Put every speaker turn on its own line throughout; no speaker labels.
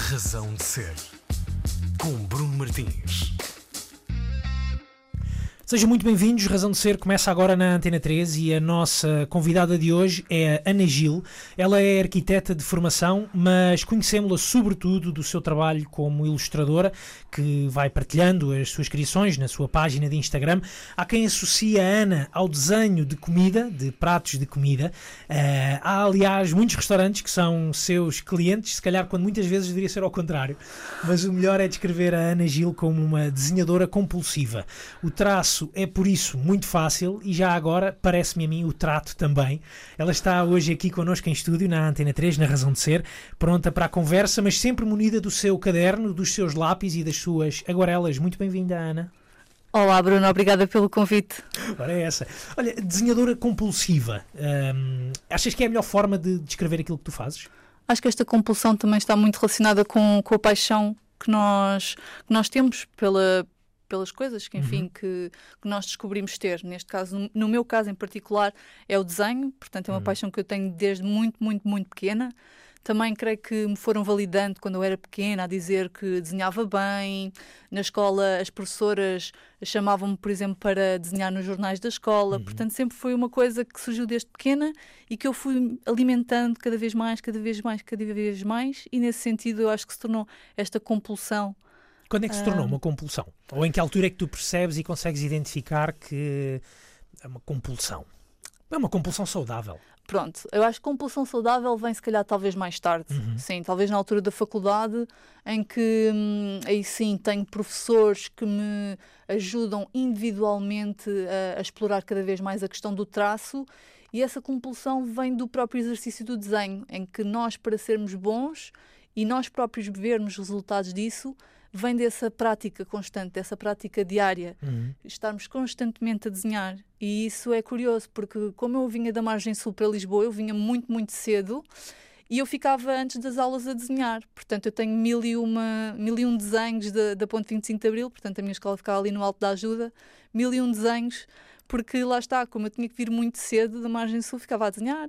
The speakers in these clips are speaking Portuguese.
Razão de Ser, com Bruno Martins. Sejam muito bem-vindos. Razão de Ser começa agora na Antena 3 e a nossa convidada de hoje é a Ana Gil. Ela é arquiteta de formação, mas conhecemos-la sobretudo do seu trabalho como ilustradora, que vai partilhando as suas criações na sua página de Instagram. Há quem associa a Ana ao desenho de comida, de pratos de comida. Há, aliás, muitos restaurantes que são seus clientes, se calhar quando muitas vezes deveria ser ao contrário. Mas o melhor é descrever a Ana Gil como uma desenhadora compulsiva. O traço é, por isso, muito fácil e já agora, parece-me a mim, o trato também. Ela está hoje aqui connosco em estúdio, na Antena 3, na Razão de Ser, pronta para a conversa, mas sempre munida do seu caderno, dos seus lápis e das suas aguarelas. Muito bem-vinda, Ana.
Olá, Bruno, obrigada pelo convite.
Ora é essa. Olha, desenhadora compulsiva, achas que é a melhor forma de descrever aquilo que tu fazes?
Acho que esta compulsão também está muito relacionada com a paixão que nós temos pelas coisas que, enfim, que nós descobrimos ter. Neste caso, no meu caso em particular, é o desenho. Portanto, é uma paixão que eu tenho desde muito, muito, muito pequena. Também creio que me foram validando quando eu era pequena a dizer que desenhava bem. Na escola, as professoras chamavam-me, por exemplo, para desenhar nos jornais da escola. Portanto, sempre foi uma coisa que surgiu desde pequena e que eu fui alimentando cada vez mais, cada vez mais, cada vez mais. E, nesse sentido, eu acho que se tornou esta compulsão.
Quando é que se tornou uma compulsão? Ou em que altura é que tu percebes e consegues identificar que é uma compulsão? É uma compulsão saudável.
Pronto, eu acho que compulsão saudável vem se calhar talvez mais tarde. Sim, talvez na altura da faculdade, em que aí sim tenho professores que me ajudam individualmente a explorar cada vez mais a questão do traço, e essa compulsão vem do próprio exercício do desenho, em que nós, para sermos bons e nós próprios vermos resultados disso, vem dessa prática constante, dessa prática diária, estarmos constantemente a desenhar. E isso é curioso, porque como eu vinha da margem sul para Lisboa, eu vinha muito, muito cedo e eu ficava antes das aulas a desenhar. Portanto, eu tenho mil e um desenhos da Ponte 25 de Abril, portanto a minha escola ficava ali no Alto da Ajuda, 1001 desenhos, porque lá está, como eu tinha que vir muito cedo da margem sul, ficava a desenhar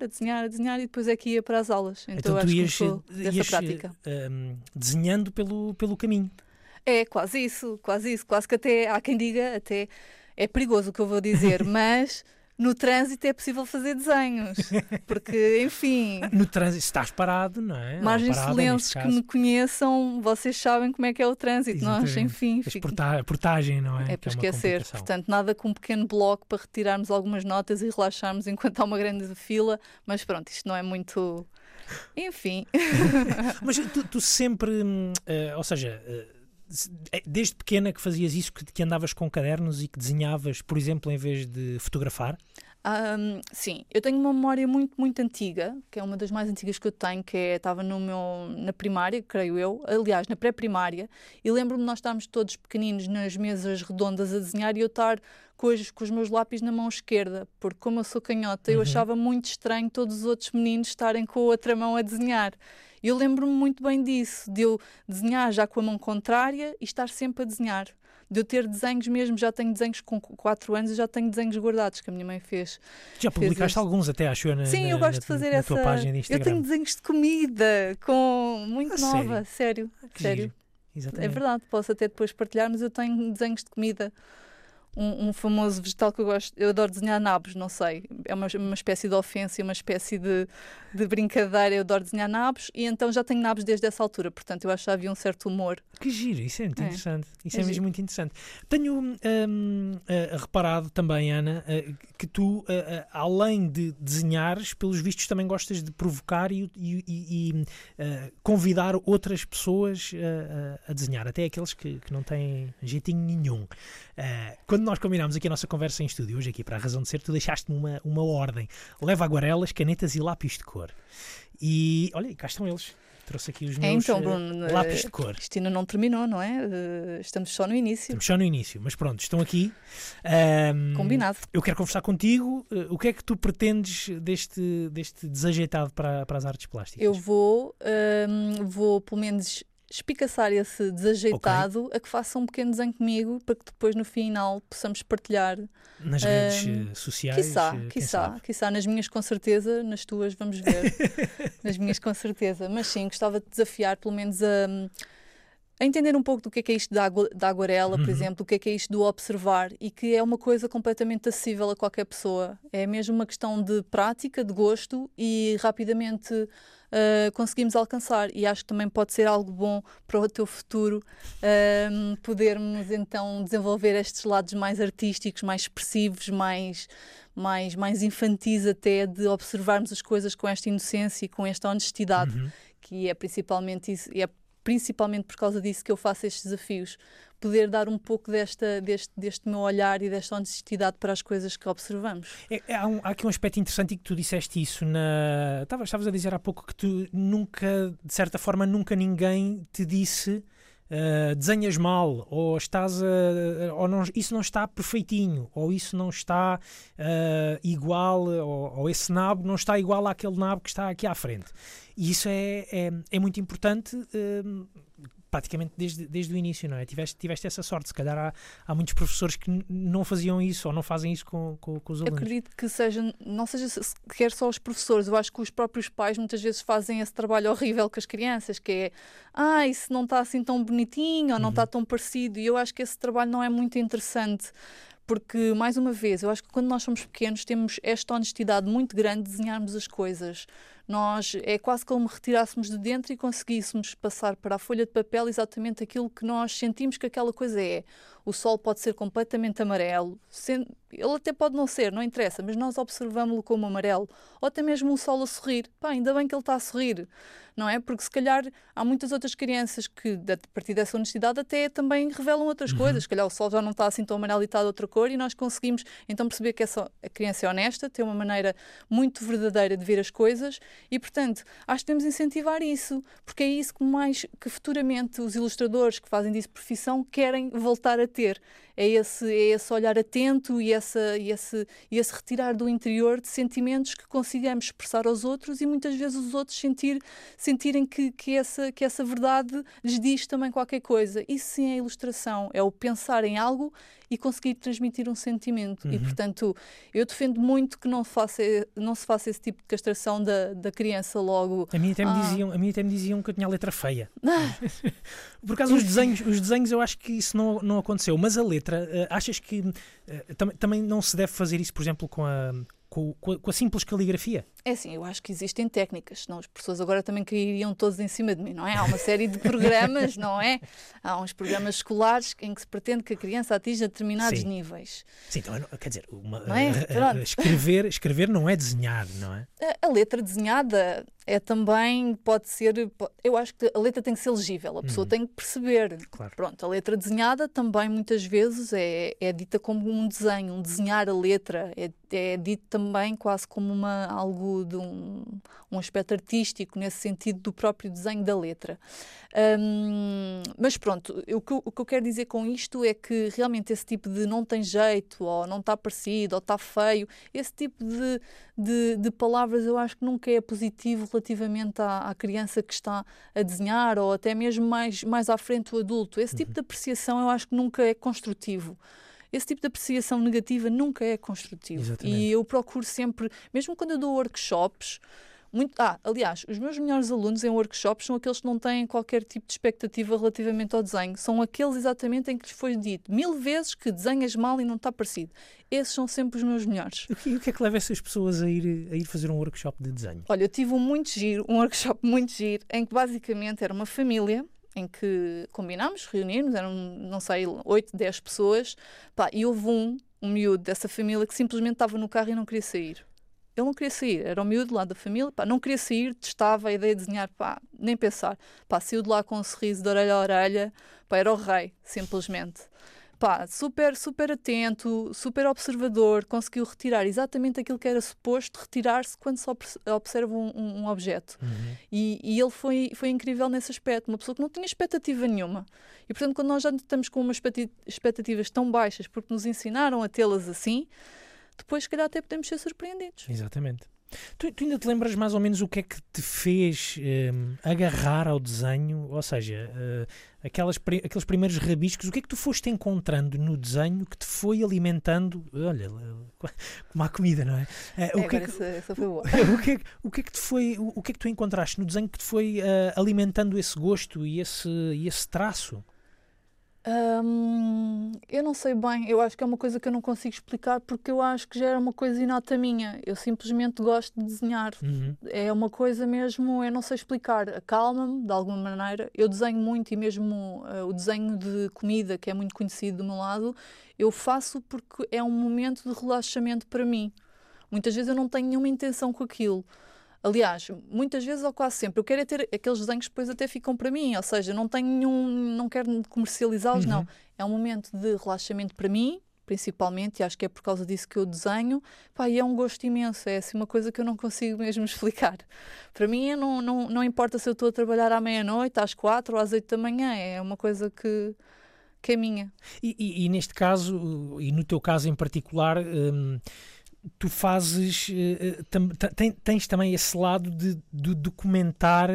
e depois é que ia para as aulas. Então eu acho que começou dessa prática.
Desenhando pelo caminho.
É, quase isso, quase que até, há quem diga, até é perigoso o que eu vou dizer, mas no trânsito é possível fazer desenhos, porque, enfim...
No trânsito estás parado, não é?
Margens silences que me conheçam, vocês sabem como é que é o trânsito.
Exatamente.
Nós, enfim...
A portagem, não é?
É para esquecer, portanto, nada com um pequeno bloco para retirarmos algumas notas e relaxarmos enquanto há uma grande fila, mas pronto, isto não é muito... Enfim...
Mas tu sempre, ou seja... Desde pequena que fazias isso, que andavas com cadernos e que desenhavas, por exemplo, em vez de fotografar?
Sim, eu tenho uma memória muito, muito antiga, que é uma das mais antigas que eu tenho, que estava na primária, creio eu, aliás, na pré-primária, e lembro-me de nós estarmos todos pequeninos nas mesas redondas a desenhar e eu estar com os meus lápis na mão esquerda, porque como eu sou canhota, eu achava muito estranho todos os outros meninos estarem com a outra mão a desenhar. E eu lembro-me muito bem disso, de eu desenhar já com a mão contrária e estar sempre a desenhar. De eu ter desenhos mesmo, já tenho desenhos com 4 anos e já tenho desenhos guardados que a minha mãe fez.
Já publicaste alguns até, acho eu,
Sim, eu gosto de fazer
na tua página de Instagram.
Eu tenho desenhos de comida, muito nova, sério.
Exatamente.
É verdade, posso até depois partilhar, mas eu tenho desenhos de comida. Um famoso vegetal que eu gosto, eu adoro desenhar nabos, não sei, é uma espécie de ofensa, uma espécie de brincadeira, eu adoro desenhar nabos e então já tenho nabos desde essa altura, portanto eu acho que já havia um certo humor.
Que giro, isso é muito interessante, isso é mesmo muito interessante. Tenho reparado também, Ana, que tu, além de desenhares, pelos vistos também gostas de provocar e convidar outras pessoas a desenhar, até aqueles que não têm jeitinho nenhum. Quando nós combinámos aqui a nossa conversa em estúdio, hoje aqui para a Razão de Ser, tu deixaste-me uma ordem. Leva aguarelas, canetas e lápis de cor. E, olha, cá estão eles. Trouxe aqui os meus
Bruno,
lápis de cor.
Isto ainda não terminou, não é? Estamos só no início.
Estamos só no início, mas pronto, estão aqui.
Combinado.
Eu quero conversar contigo. O que é que tu pretendes deste desajeitado para as artes plásticas?
Eu vou pelo menos espicaçar esse desajeitado, a que faça um pequeno desenho comigo, para que depois no final possamos partilhar
nas redes sociais.
Quiçá, nas minhas com certeza, nas tuas vamos ver. Nas minhas com certeza, mas sim, gostava de desafiar pelo menos a entender um pouco do que é isto da aguarela, por exemplo, o que é isto do observar, e que é uma coisa completamente acessível a qualquer pessoa. É mesmo uma questão de prática, de gosto, e rapidamente conseguimos alcançar. E acho que também pode ser algo bom para o teu futuro, podermos então desenvolver estes lados mais artísticos, mais expressivos, mais infantis até, de observarmos as coisas com esta inocência e com esta honestidade, que é principalmente isso, e é principalmente por causa disso que eu faço estes desafios, poder dar um pouco deste meu olhar e desta honestidade para as coisas que observamos.
Há aqui um aspecto interessante, e que tu disseste isso estavas a dizer há pouco que tu nunca, de certa forma, nunca ninguém te disse desenhas mal, ou isso não está perfeitinho, ou isso não está igual, ou esse nabo não está igual àquele nabo que está aqui à frente. E isso é muito importante, praticamente desde o início, não é? Tiveste essa sorte. Se calhar há muitos professores que não faziam isso, ou não fazem isso com os alunos.
Acredito que não seja sequer só os professores. Eu acho que os próprios pais muitas vezes fazem esse trabalho horrível com as crianças, que é isso não está assim tão bonitinho, ou não está tão parecido. E eu acho que esse trabalho não é muito interessante. Porque, mais uma vez, eu acho que quando nós somos pequenos temos esta honestidade muito grande de desenharmos as coisas. É quase como retirássemos de dentro e conseguíssemos passar para a folha de papel exatamente aquilo que nós sentimos que aquela coisa é. O sol pode ser completamente amarelo, ele até pode não ser, não interessa, mas nós observamos-lo como amarelo. Ou até mesmo o sol a sorrir. Ainda bem que ele está a sorrir, não é? Porque se calhar há muitas outras crianças que, a partir dessa honestidade, até também revelam outras coisas. Se calhar o sol já não está assim tão amarelo e está de outra cor, e nós conseguimos então perceber que a criança é honesta, tem uma maneira muito verdadeira de ver as coisas, e portanto acho que devemos incentivar isso, porque é isso que futuramente os ilustradores que fazem disso profissão querem voltar a ter. É esse olhar atento e esse retirar do interior de sentimentos que consigamos expressar aos outros, e muitas vezes os outros sentirem que essa verdade lhes diz também qualquer coisa. Isso sim é ilustração, é o pensar em algo e conseguir transmitir um sentimento. E, portanto, eu defendo muito que não se faça esse tipo de castração da criança logo.
A mim até me diziam que eu tinha a letra feia. Por acaso, os desenhos eu acho que isso não aconteceu. Mas a letra, achas que também não se deve fazer isso, por exemplo, com a simples caligrafia?
É assim, eu acho que existem técnicas, senão as pessoas agora também cairiam todos em cima de mim, não é? Há uma série de programas, não é? Há uns programas escolares em que se pretende que a criança atinja determinados níveis.
Sim, então, quer dizer, escrever não é desenhar, não é?
A letra desenhada também pode ser... Eu acho que a letra tem que ser legível, a pessoa tem que perceber.
Claro.
Pronto, a letra desenhada também muitas vezes é dita como um desenho, um desenhar a letra. É dito também quase como algo de um aspecto artístico, nesse sentido do próprio desenho da letra. Mas pronto, o que eu quero dizer com isto é que realmente esse tipo de não tem jeito, ou não está parecido, ou está feio, esse tipo de palavras eu acho que nunca é positivo relativamente à criança que está a desenhar, ou até mesmo mais à frente o adulto. Esse tipo de apreciação eu acho que nunca é construtivo. Esse tipo de apreciação negativa nunca é construtivo. Exatamente. E eu procuro sempre, mesmo quando eu dou workshops, aliás, os meus melhores alunos em workshops são aqueles que não têm qualquer tipo de expectativa relativamente ao desenho. São aqueles exatamente em que lhes foi dito 1000 vezes que desenhas mal e não está parecido. Esses são sempre os meus melhores.
E o que é que leva essas pessoas a ir fazer um workshop de desenho?
Olha, eu tive um workshop muito giro, em que basicamente era uma família, em que combinámos, reunirmos, eram, não sei, 8, 10 pessoas, e houve um miúdo dessa família que simplesmente estava no carro e não queria sair. Ele não queria sair, era o miúdo lá da família, não queria sair, testava a ideia de desenhar, nem pensar. Saiu de lá com um sorriso de orelha a orelha, era o rei, simplesmente. Super, super atento, super observador, conseguiu retirar exatamente aquilo que era suposto retirar-se quando se observa um objeto. E ele foi incrível nesse aspecto, uma pessoa que não tinha expectativa nenhuma. E, portanto, quando nós já estamos com umas expectativas tão baixas porque nos ensinaram a tê-las assim, depois, se calhar, até podemos ser surpreendidos.
Exatamente. Tu ainda te lembras mais ou menos o que é que te fez agarrar ao desenho? Ou seja, aqueles primeiros rabiscos, o que é que tu foste encontrando no desenho que te foi alimentando? Olha, como a comida, não é?
Essa foi boa.
O que é que tu encontraste no desenho que te foi alimentando esse gosto e esse traço?
Eu não sei bem, eu acho que é uma coisa que eu não consigo explicar porque eu acho que já era uma coisa inata minha. Eu simplesmente gosto de desenhar. É uma coisa mesmo, eu não sei explicar. Acalma-me de alguma maneira. Eu desenho muito e mesmo o desenho de comida, que é muito conhecido do meu lado, eu faço porque é um momento de relaxamento para mim. Muitas vezes eu não tenho nenhuma intenção com aquilo. Aliás, muitas vezes ou quase sempre, eu quero é ter aqueles desenhos que depois até ficam para mim, ou seja, não tenho não quero comercializá-los, não. É um momento de relaxamento para mim, principalmente, e acho que é por causa disso que eu desenho. Pá, e é um gosto imenso, é assim uma coisa que eu não consigo mesmo explicar. Para mim, não importa se eu estou a trabalhar à meia-noite, às 4 ou às 8 da manhã, é uma coisa que é minha.
E neste caso, e no teu caso em particular, tu fazes, tens também esse lado de documentar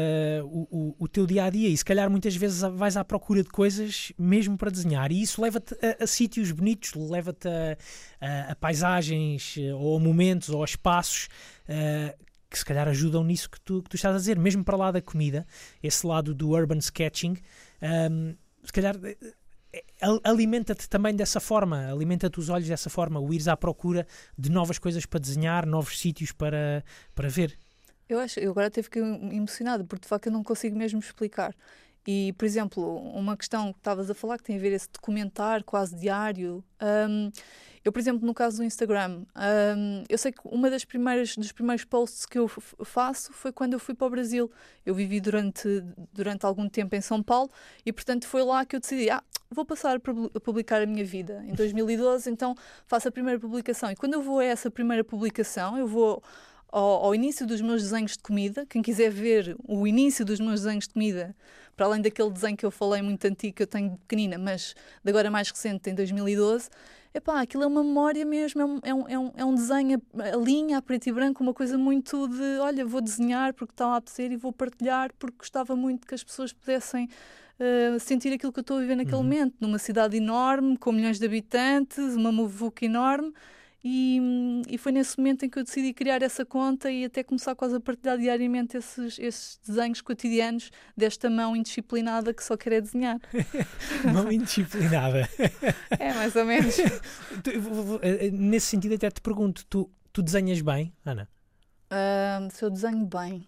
o teu dia-a-dia e se calhar muitas vezes vais à procura de coisas mesmo para desenhar e isso leva-te a sítios bonitos, leva-te a paisagens ou a momentos ou a espaços que se calhar ajudam nisso que tu estás a dizer, mesmo para lá da comida, esse lado do urban sketching, se calhar alimenta-te também dessa forma, alimenta-te os olhos dessa forma, o ires à procura de novas coisas para desenhar, novos sítios para ver.
Eu agora até fiquei emocionada, porque de facto eu não consigo mesmo explicar. E, por exemplo, uma questão que estavas a falar, que tem a ver esse documentar quase diário. Eu, por exemplo, no caso do Instagram, eu sei que dos primeiros posts que eu faço foi quando eu fui para o Brasil. Eu vivi durante algum tempo em São Paulo e, portanto, foi lá que eu decidi, vou passar a publicar a minha vida. Em 2012, então, faço a primeira publicação. E quando eu vou a essa primeira publicação, eu vou ao início dos meus desenhos de comida. Quem quiser ver o início dos meus desenhos de comida, para além daquele desenho que eu falei muito antigo, que eu tenho de pequenina, mas de agora mais recente, em 2012, aquilo é uma memória mesmo, é um desenho, a linha, a preto e branco, uma coisa muito de, olha, vou desenhar porque está a apetecer e vou partilhar porque gostava muito que as pessoas pudessem sentir aquilo que eu estou a viver naquele momento, numa cidade enorme, com milhões de habitantes, uma muvuca enorme. E foi nesse momento em que eu decidi criar essa conta e até começar quase a partilhar diariamente esses desenhos cotidianos desta mão indisciplinada que só quer desenhar.
Mão indisciplinada.
É, mais ou menos.
Nesse sentido até te pergunto, tu desenhas bem, Ana?
Se eu desenho bem...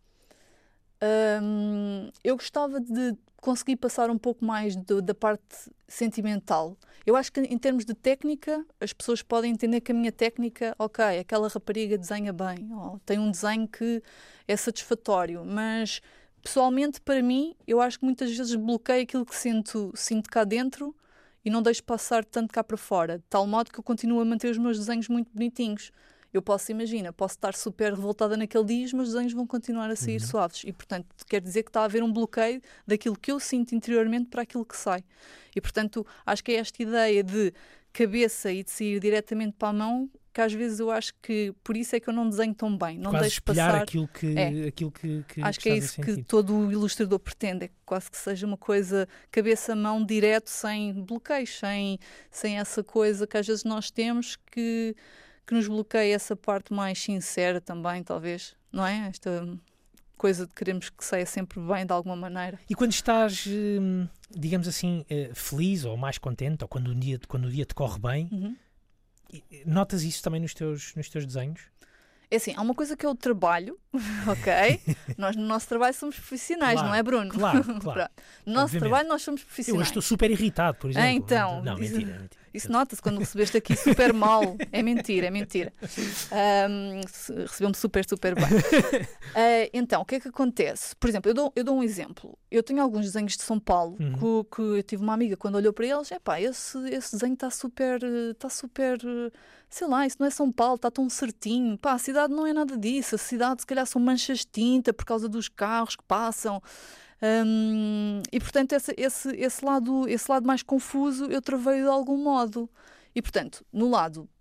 eu gostava de conseguir passar um pouco mais da parte sentimental. Eu acho que em termos de técnica, as pessoas podem entender que a minha técnica, ok, aquela rapariga desenha bem, tem um desenho que é satisfatório, mas pessoalmente para mim, eu acho que muitas vezes bloqueio aquilo que sinto cá dentro e não deixo passar tanto cá para fora, de tal modo que eu continuo a manter os meus desenhos muito bonitinhos. Eu posso estar super revoltada naquele dia e os meus desenhos vão continuar a sair suaves. E, portanto, quer dizer que está a haver um bloqueio daquilo que eu sinto interiormente para aquilo que sai. E, portanto, acho que é esta ideia de cabeça e de sair diretamente para a mão que às vezes eu acho que por isso é que eu não desenho tão bem. Não
quase
deixo
espelhar
passar
aquilo que
acho que é isso que todo o ilustrador pretende, é que quase que seja uma coisa cabeça-mão direto, sem bloqueios, sem essa coisa que às vezes nós temos que nos bloqueia essa parte mais sincera também, talvez, não é? Esta coisa de queremos que saia sempre bem de alguma maneira.
E quando estás, digamos assim, feliz ou mais contente, ou quando o dia te corre bem, notas isso também nos teus desenhos?
É assim, há uma coisa que é o trabalho, ok? Nós no nosso trabalho somos profissionais,
claro,
não é, Bruno?
Claro.
No nosso trabalho nós somos profissionais.
Eu estou super irritado, por exemplo.
Então,
não, mentira.
Isso nota-se quando recebeste aqui super mal. É mentira. Recebeu-me super bem. Então, o que é que acontece? Por exemplo, eu dou um exemplo. Eu tenho alguns desenhos de São Paulo que eu tive uma amiga quando olhou para eles, esse desenho está super, sei lá, isso não é São Paulo, está tão certinho. A cidade não é nada disso. A cidade, se calhar, são manchas de tinta por causa dos carros que passam. E portanto esse lado mais confuso eu travei de algum modo e portanto no lado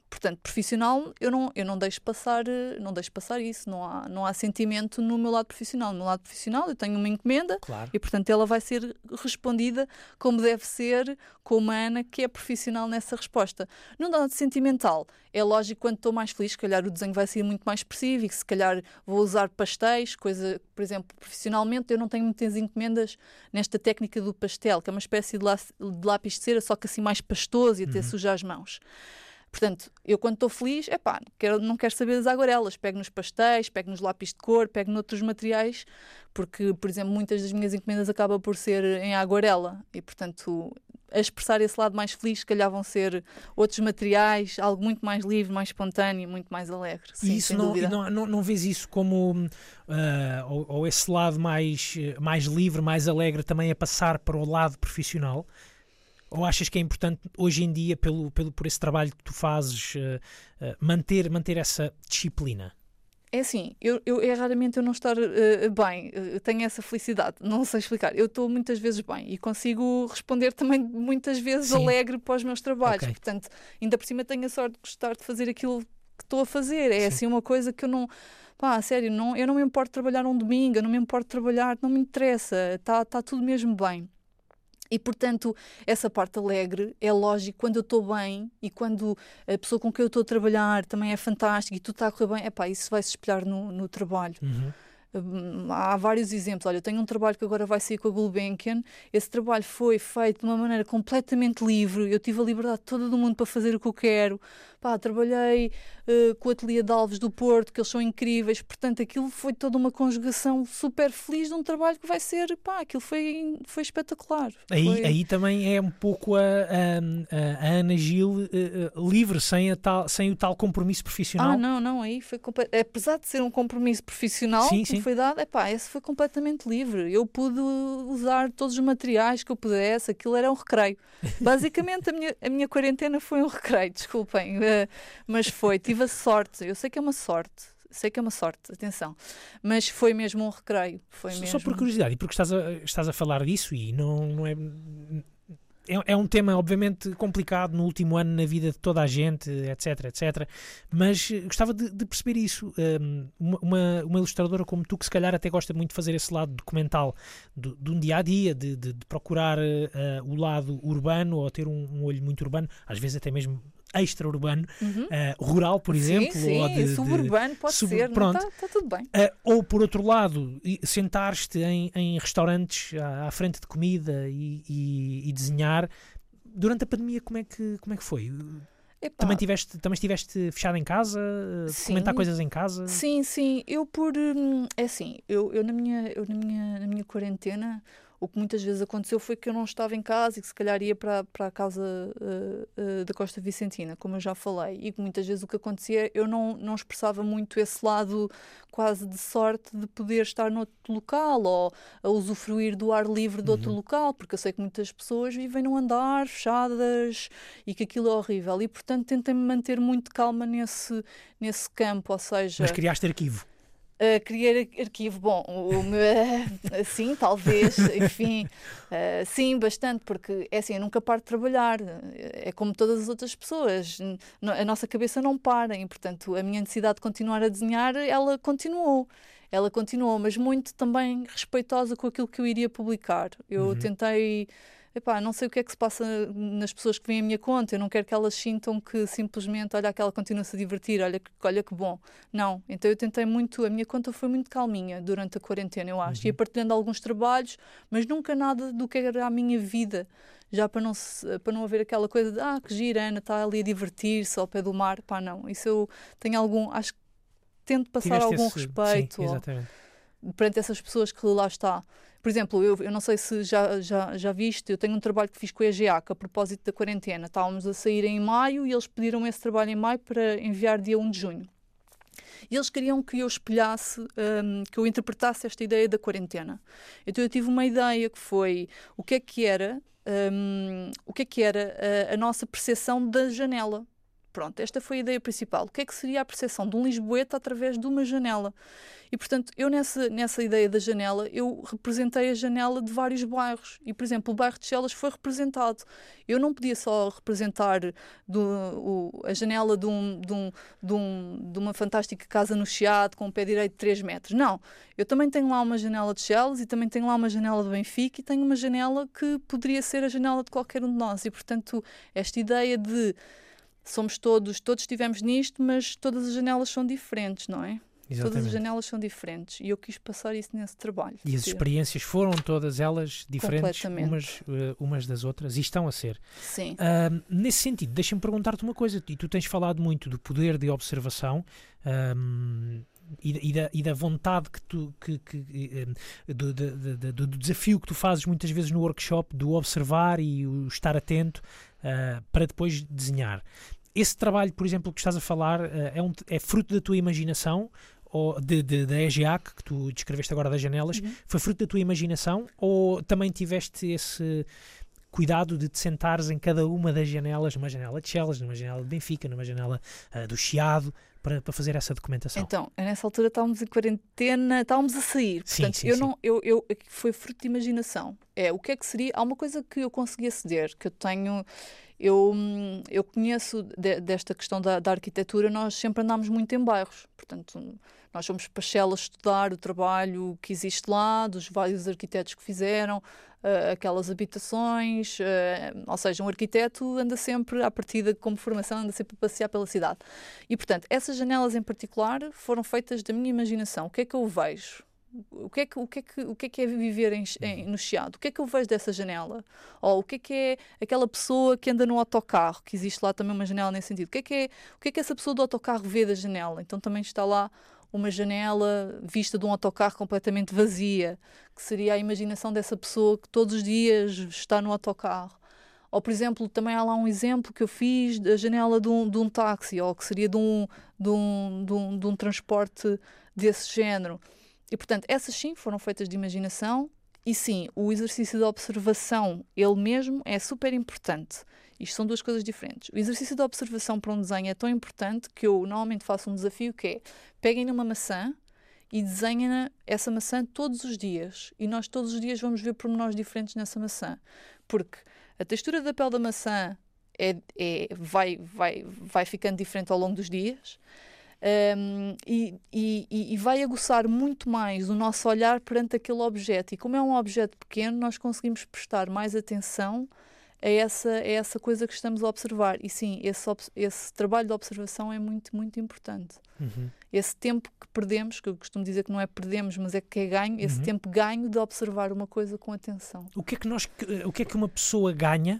Portanto, profissional, eu não deixo passar isso. Não há sentimento no meu lado profissional. No meu lado profissional, eu tenho uma encomenda,
Claro.
e, portanto, ela vai ser respondida como deve ser, com uma Ana que é profissional nessa resposta. No lado sentimental, é lógico, quando estou mais feliz, se calhar o desenho vai ser muito mais expressivo e que se calhar vou usar pastéis, coisa, por exemplo, profissionalmente eu não tenho muitas encomendas nesta técnica do pastel, que é uma espécie de lápis de cera, só que assim mais pastoso e até sujar as mãos. Portanto, eu quando estou feliz, não quero saber das aguarelas. Pego nos pastéis, pego nos lápis de cor, pego noutros materiais, porque, por exemplo, muitas das minhas encomendas acabam por ser em aguarela. E, portanto, a expressar esse lado mais feliz, se calhar vão ser outros materiais, algo muito mais livre, mais espontâneo, muito mais alegre. Sim,
E isso
sem dúvida.
não vês isso como ou esse lado mais livre, mais alegre também a passar para o lado profissional? Ou achas que é importante hoje em dia, por esse trabalho que tu fazes, manter essa disciplina?
É assim, raramente eu não estar bem, eu tenho essa felicidade, não sei explicar. Eu estou muitas vezes bem e consigo responder também muitas vezes alegre para os meus trabalhos.
Okay.
Portanto, ainda por cima tenho a sorte de gostar de fazer aquilo que estou a fazer. É assim uma coisa que eu não... Pá, sério, eu não me importo de trabalhar um domingo, eu não me importo de trabalhar, não me interessa, está tudo mesmo bem. E, portanto, essa parte alegre é lógico quando eu estou bem e quando a pessoa com quem eu estou a trabalhar também é fantástica e tudo está a correr bem, isso vai se espelhar no trabalho. Há vários exemplos. Olha, eu tenho um trabalho que agora vai sair com a Gulbenkian. Esse trabalho foi feito de uma maneira completamente livre. Eu tive a liberdade toda do mundo para fazer o que eu quero. Trabalhei com o Ateliê de Alves do Porto, que eles são incríveis. Portanto, aquilo foi toda uma conjugação super feliz de um trabalho que vai ser... aquilo foi espetacular.
Aí também é um pouco a Ana Gil livre, sem o tal compromisso profissional.
Não, aí foi apesar de ser um compromisso profissional,
sim.
Foi dado, esse foi completamente livre. Eu pude usar todos os materiais que eu pudesse, aquilo era um recreio. Basicamente, a minha quarentena foi um recreio, desculpem, mas tive a sorte, eu sei que é uma sorte, atenção, mas foi mesmo um recreio.
Só por curiosidade, e porque estás a falar disso, e não é... É um tema, obviamente, complicado no último ano na vida de toda a gente, etc. Mas gostava de perceber isso. Uma ilustradora como tu, que se calhar até gosta muito de fazer esse lado documental de um dia-a-dia, de procurar o lado urbano, ou ter um olho muito urbano, às vezes até mesmo extra-urbano, rural, por exemplo.
Sim, ou suburbano pode ser, está tudo bem.
Ou, por outro lado, sentar-te em restaurantes à frente de comida e desenhar. Durante a pandemia, como é que foi? Também estiveste fechado em casa? Comentar coisas em casa?
Sim. Eu na minha quarentena, o que muitas vezes aconteceu foi que eu não estava em casa e que se calhar ia para a casa da Costa Vicentina, como eu já falei, e que muitas vezes o que acontecia, eu não expressava muito esse lado quase de sorte de poder estar noutro local ou a usufruir do ar livre de outro local, porque eu sei que muitas pessoas vivem num andar, fechadas, e que aquilo é horrível. E, portanto, tentei-me manter muito calma nesse campo, ou seja...
Mas criaste arquivo?
Criar arquivo, sim, talvez, enfim, sim, bastante, porque é assim, eu nunca paro de trabalhar, é como todas as outras pessoas, a nossa cabeça não para, e portanto a minha necessidade de continuar a desenhar, ela continuou, mas muito também respeitosa com aquilo que eu iria publicar. Eu tentei... não sei o que é que se passa nas pessoas que vêm à minha conta, eu não quero que elas sintam que simplesmente, olha, aquela continua-se a divertir, olha que bom. Não, então eu tentei muito, a minha conta foi muito calminha durante a quarentena, eu acho, ia partilhando alguns trabalhos, mas nunca nada do que era a minha vida, já para não haver aquela coisa de, que gira, Ana está ali a divertir-se ao pé do mar, não, isso eu tenho acho que tento passar algum respeito.
Sim, exatamente.
Perante essas pessoas que lá está. Por exemplo, eu não sei se já viste, eu tenho um trabalho que fiz com a EGEAC a propósito da quarentena. Estávamos a sair em maio e eles pediram esse trabalho em maio para enviar dia 1 de junho. E eles queriam que eu espelhasse, que eu interpretasse esta ideia da quarentena. Então eu tive uma ideia que foi o que é que era a nossa percepção da janela. Pronto, esta foi a ideia principal. O que é que seria a percepção de um lisboeta através de uma janela? E, portanto, eu nessa ideia da janela, eu representei a janela de vários bairros. E, por exemplo, o bairro de Chelas foi representado. Eu não podia só representar a janela de uma fantástica casa no Chiado com um pé direito de 3 metros. Não. Eu também tenho lá uma janela de Chelas e também tenho lá uma janela de Benfica e tenho uma janela que poderia ser a janela de qualquer um de nós. E, portanto, esta ideia de somos todos estivemos nisto, mas todas as janelas são diferentes, não é?
Exatamente.
Todas as janelas são diferentes e eu quis passar isso nesse trabalho.
E as experiências foram todas elas diferentes umas das outras e estão a ser.
Sim.
Nesse sentido, deixa-me perguntar-te uma coisa, e tu tens falado muito do poder de observação e da vontade do desafio que tu fazes muitas vezes no workshop, do observar e o estar atento para depois desenhar. Esse trabalho, por exemplo, que estás a falar, é fruto da tua imaginação, ou da EGEAC, que tu descreveste agora das janelas, foi fruto da tua imaginação, ou também tiveste esse cuidado de te sentares em cada uma das janelas, numa janela de Chelas, numa janela de Benfica, numa janela do Chiado, para fazer essa documentação?
Então, nessa altura estávamos em quarentena, estávamos a sair. Portanto, foi fruto de imaginação. O que é que seria? Há uma coisa que eu consegui aceder, que eu tenho... Eu conheço desta questão da arquitetura, nós sempre andámos muito em bairros, portanto, nós fomos para Chelas estudar o trabalho que existe lá, dos vários arquitetos que fizeram aquelas habitações, ou seja, um arquiteto anda sempre, à partida como formação, anda sempre a passear pela cidade. E, portanto, essas janelas em particular foram feitas da minha imaginação. O que é que eu vejo? O que é viver no Chiado? O que é que eu vejo dessa janela? Ou o que é aquela pessoa que anda no autocarro, que existe lá também uma janela nesse sentido? O que é que essa pessoa do autocarro vê da janela? Então também está lá uma janela vista de um autocarro completamente vazia, que seria a imaginação dessa pessoa que todos os dias está no autocarro. Ou, por exemplo, também há lá um exemplo que eu fiz da janela de um táxi, ou que seria de um transporte desse género. E, portanto, essas sim foram feitas de imaginação e sim, o exercício da observação, ele mesmo, é super importante. Isto são duas coisas diferentes. O exercício da observação para um desenho é tão importante que eu normalmente faço um desafio que é, peguem numa maçã e desenhem essa maçã todos os dias. E nós todos os dias vamos ver pormenores diferentes nessa maçã. Porque a textura da pele da maçã vai ficando diferente ao longo dos dias. E vai aguçar muito mais o nosso olhar perante aquele objeto. E como é um objeto pequeno, nós conseguimos prestar mais atenção a essa coisa que estamos a observar. E sim, esse trabalho de observação é muito, muito importante. Esse tempo que perdemos, que eu costumo dizer que não é perdemos, mas é que é ganho, esse tempo ganho de observar uma coisa com atenção.
O que é que uma pessoa ganha?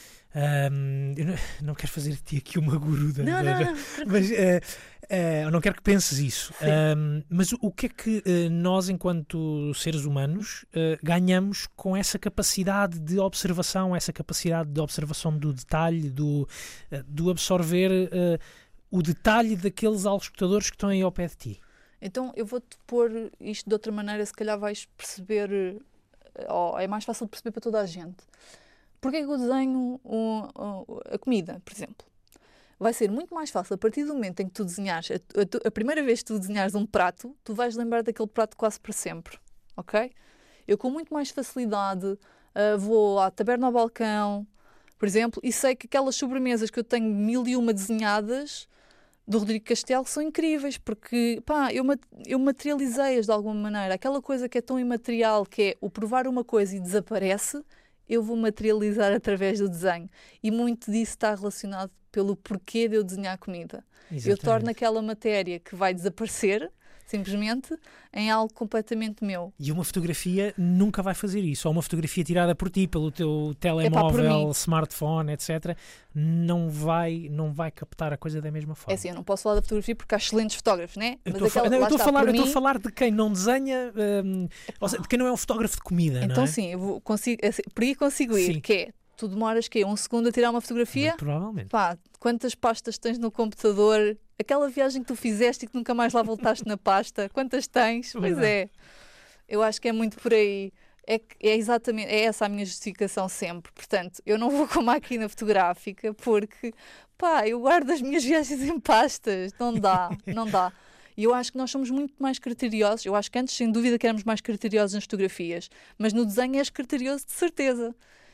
Eu não quero fazer de ti aqui uma guruda, mas eu não quero que penses isso. Mas o que é que nós, enquanto seres humanos, ganhamos com essa capacidade de observação, essa capacidade de observação do detalhe, do absorver o detalhe daqueles auscultadores que estão aí ao pé de ti? Então,
eu vou-te pôr isto de outra maneira, se calhar vais perceber, é mais fácil de perceber para toda a gente. Porquê que eu desenho a comida, por exemplo? Vai ser muito mais fácil a partir do momento em que tu desenhares, a primeira vez que tu desenhares um prato, tu vais lembrar daquele prato quase para sempre, ok? Eu com muito mais facilidade vou à taberna ao balcão, por exemplo, e sei que aquelas sobremesas que eu tenho 1001 desenhadas do Rodrigo Castelo são incríveis, porque eu materializei-as de alguma maneira. Aquela coisa que é tão imaterial, que é o provar uma coisa e desaparece, eu vou materializar através do desenho. E muito disso está relacionado pelo porquê de eu desenhar a comida. Exatamente. Eu torno aquela matéria que vai desaparecer, simplesmente, em algo completamente meu.
E uma fotografia nunca vai fazer isso. Ou uma fotografia tirada por ti, pelo teu telemóvel, smartphone, etc., não vai captar a coisa da mesma forma.
É assim, eu não posso falar da fotografia porque há excelentes fotógrafos, não é?
Eu estou a falar de quem não desenha, ou seja, de quem não é um fotógrafo de comida,
então,
não é?
Sim, por aí consigo ir, sim. Que é, tu demoras um segundo a tirar uma fotografia?
Muito provavelmente.
Quantas pastas tens no computador? Aquela viagem que tu fizeste e que nunca mais lá voltaste na pasta, quantas tens? Pois é. Eu acho que é muito por aí. É exatamente, é essa a minha justificação sempre. Portanto, eu não vou com máquina fotográfica porque, pá, eu guardo as minhas viagens em pastas. Não dá. E eu acho que nós somos muito mais criteriosos. Eu acho que antes, sem dúvida, que éramos mais criteriosos nas fotografias. Mas no desenho és criterioso de certeza.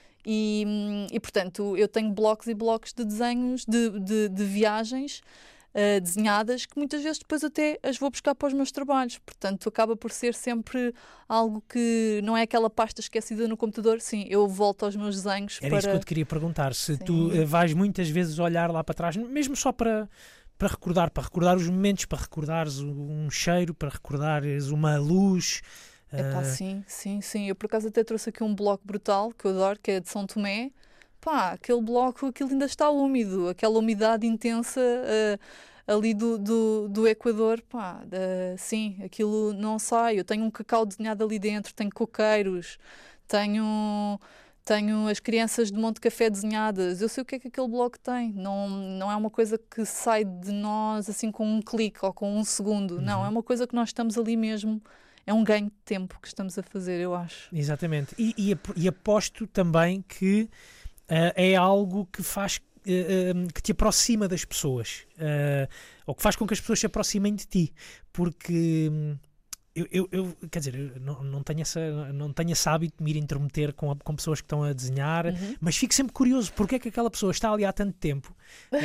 E portanto, eu tenho blocos e blocos de desenhos, de viagens desenhadas, que muitas vezes depois até as vou buscar para os meus trabalhos. Portanto, acaba por ser sempre algo que não é aquela pasta esquecida no computador. Sim, eu volto aos meus desenhos.
Era isso que eu te queria perguntar. Se tu vais muitas vezes olhar lá para trás, mesmo só para recordar os momentos, para recordares um cheiro, para recordares uma luz.
Epá, sim. Eu por acaso até trouxe aqui um bloco brutal que eu adoro, que é de São Tomé. Pá, aquele bloco, aquilo ainda está úmido, aquela umidade intensa ali do Equador, pá, sim, aquilo não sai. Eu tenho um cacau desenhado ali dentro, tenho coqueiros, tenho as crianças de Monte Café desenhadas. Eu sei o que é que aquele bloco tem. Não é uma coisa que sai de nós assim com um clique ou com um segundo. Não, é uma coisa que nós estamos ali mesmo. É um ganho de tempo que estamos a fazer, eu acho.
Exatamente. E aposto também que é algo que faz que te aproxima das pessoas, ou que faz com que as pessoas se aproximem de ti, porque eu quer dizer, eu não tenho esse hábito de me ir intrometer com pessoas que estão a desenhar, mas fico sempre curioso porque é que aquela pessoa está ali há tanto tempo,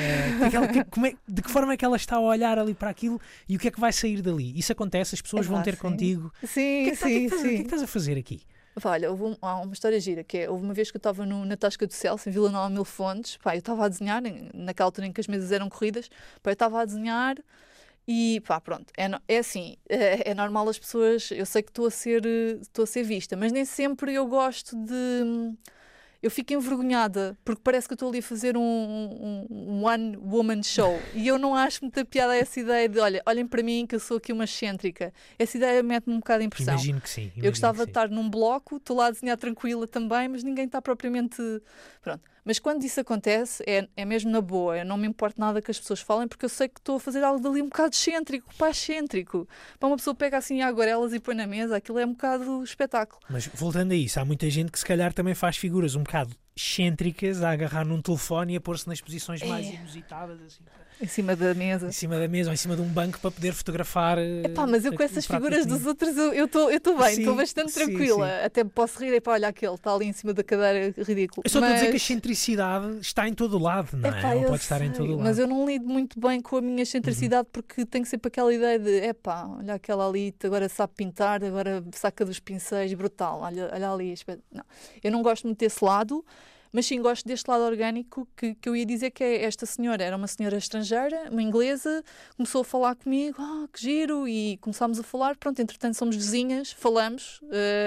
de que forma é que ela está a olhar ali para aquilo e o que é que vai sair dali. Isso acontece, as pessoas vão ter contigo.
Sim.
O que é que estás a fazer aqui?
Olha, há uma história gira, que houve uma vez que eu estava na Tasca do Celso, em Vila Nova Mil Fontes, pá, eu estava a desenhar, naquela altura em que as mesas eram corridas, pá, eu estava a desenhar e pá, pronto, é assim, é normal as pessoas, eu sei que estou a ser vista, mas nem sempre eu gosto de... Eu fico envergonhada, porque parece que eu estou ali a fazer um one-woman show. E eu não acho muita piada essa ideia de, olhem para mim que eu sou aqui uma excêntrica. Essa ideia mete-me um bocado de impressão.
Imagino que sim.
Eu gostava de estar num bloco, estou lá a desenhar tranquila também, mas ninguém está propriamente... Pronto. Mas quando isso acontece, é mesmo na boa. Eu não me importo nada que as pessoas falem, porque eu sei que estou a fazer algo dali um bocado excêntrico, pá, excêntrico. Para uma pessoa pega assim aguarelas e põe na mesa, aquilo é um bocado espetáculo.
Mas voltando a isso, há muita gente que se calhar também faz figuras um bocado excêntricas, a agarrar num telefone e a pôr-se nas posições mais inusitadas, assim.
Em cima da mesa.
Em cima da mesa ou em cima de um banco para poder fotografar.
Epá, mas eu com essas figuras dos outros eu estou bem, estou bastante tranquila. Sim. Até me posso rir, olha aquele, está ali em cima da cadeira, ridículo.
Eu só estou a dizer que a excentricidade está em todo o lado, não é? Não pode estar em todo o lado.
Mas eu não lido muito bem com a minha excentricidade porque tenho sempre aquela ideia de, olha aquela ali, agora sabe pintar, agora saca dos pincéis, brutal, olha ali. Não. Eu não gosto muito desse lado. Mas sim, gosto deste lado orgânico que eu ia dizer que esta senhora era uma senhora estrangeira, uma inglesa, começou a falar comigo, que giro, e começámos a falar, pronto, entretanto somos vizinhas, falamos,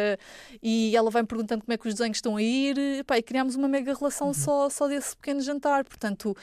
e ela vai-me perguntando como é que os desenhos estão a ir, e criámos uma mega relação só desse pequeno jantar. Portanto,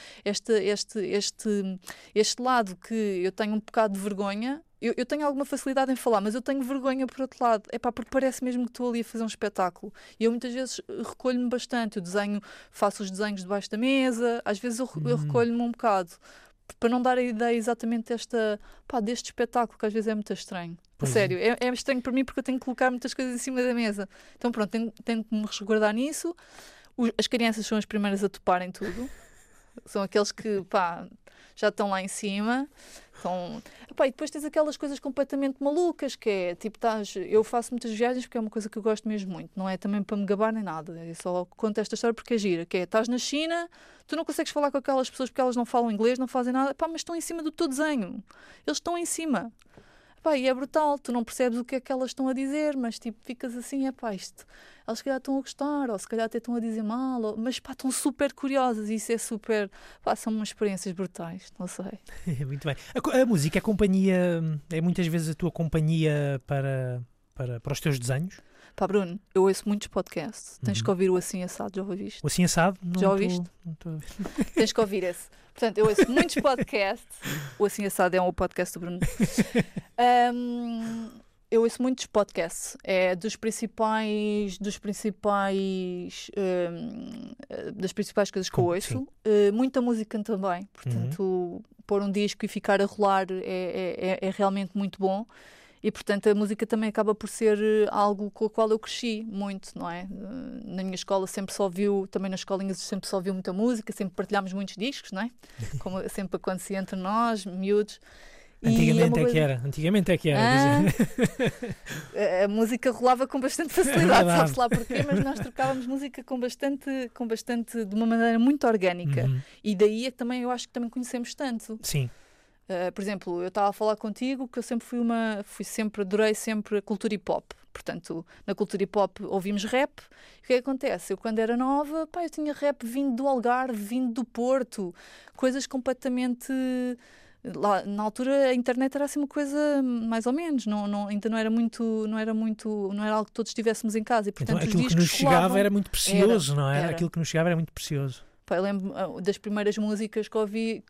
este lado que eu tenho um bocado de vergonha, eu tenho alguma facilidade em falar, mas eu tenho vergonha por outro lado. Porque parece mesmo que estou ali a fazer um espetáculo. E eu muitas vezes recolho-me bastante. Faço os desenhos debaixo da mesa, às vezes eu recolho-me um bocado. Para não dar a ideia exatamente deste espetáculo, que às vezes é muito estranho. Sério, é estranho para mim porque eu tenho que colocar muitas coisas em cima da mesa. Então pronto, tenho que me resguardar nisso. As crianças são as primeiras a toparem tudo. São aqueles que, já estão lá em cima. Então, e depois tens aquelas coisas completamente malucas, que é, tipo, eu faço muitas viagens porque é uma coisa que eu gosto mesmo muito. Não é também para me gabar nem nada. Eu só conto esta história porque é gira. Que é, estás na China, tu não consegues falar com aquelas pessoas porque elas não falam inglês, não fazem nada. Mas estão em cima do teu desenho. Eles estão em cima. E é brutal, tu não percebes o que é que elas estão a dizer, mas tipo, ficas assim, isto, elas se calhar estão a gostar, ou se calhar até estão a dizer mal, mas estão super curiosas, e isso é super, são umas experiências brutais, não sei.
Muito bem. A música é companhia, é muitas vezes a tua companhia para os teus desenhos?
Bruno, eu ouço muitos podcasts. Tens que ouvir o Assim Assado, já ouviste?
O Assim Assado?
Já ouviste?
Não estou a ver.
Tens que ouvir esse. Portanto, eu ouço muitos podcasts. O Assim Assado é um podcast do Bruno. Eu ouço muitos podcasts. É das principais coisas que eu ouço. Muita música também. Portanto, pôr um disco e ficar a rolar é realmente muito bom. E, portanto, a música também acaba por ser algo com o qual eu cresci muito, não é? Na minha escola sempre se ouviu, também nas escolinhas sempre se ouviu muita música, sempre partilhámos muitos discos, não é? Como sempre acontecia entre nós, miúdos.
Antigamente é que era.
A música rolava com bastante facilidade, sabe-se lá porquê, mas nós trocávamos música com bastante, de uma maneira muito orgânica. E daí é que também eu acho que também conhecemos tanto.
Sim.
Por exemplo, eu estava a falar contigo que eu sempre adorei sempre a cultura hip hop. Portanto, na cultura hip hop ouvimos rap. E o que é que acontece? Eu, quando era nova, eu tinha rap vindo do Algarve, vindo do Porto, coisas completamente. Lá, na altura a internet era assim uma coisa mais ou menos, ainda não era algo que todos tivéssemos em casa. E, portanto,
então aquilo que nos chegava era muito precioso, não era? Aquilo que nos chegava era muito precioso.
Eu lembro das primeiras músicas que ouvi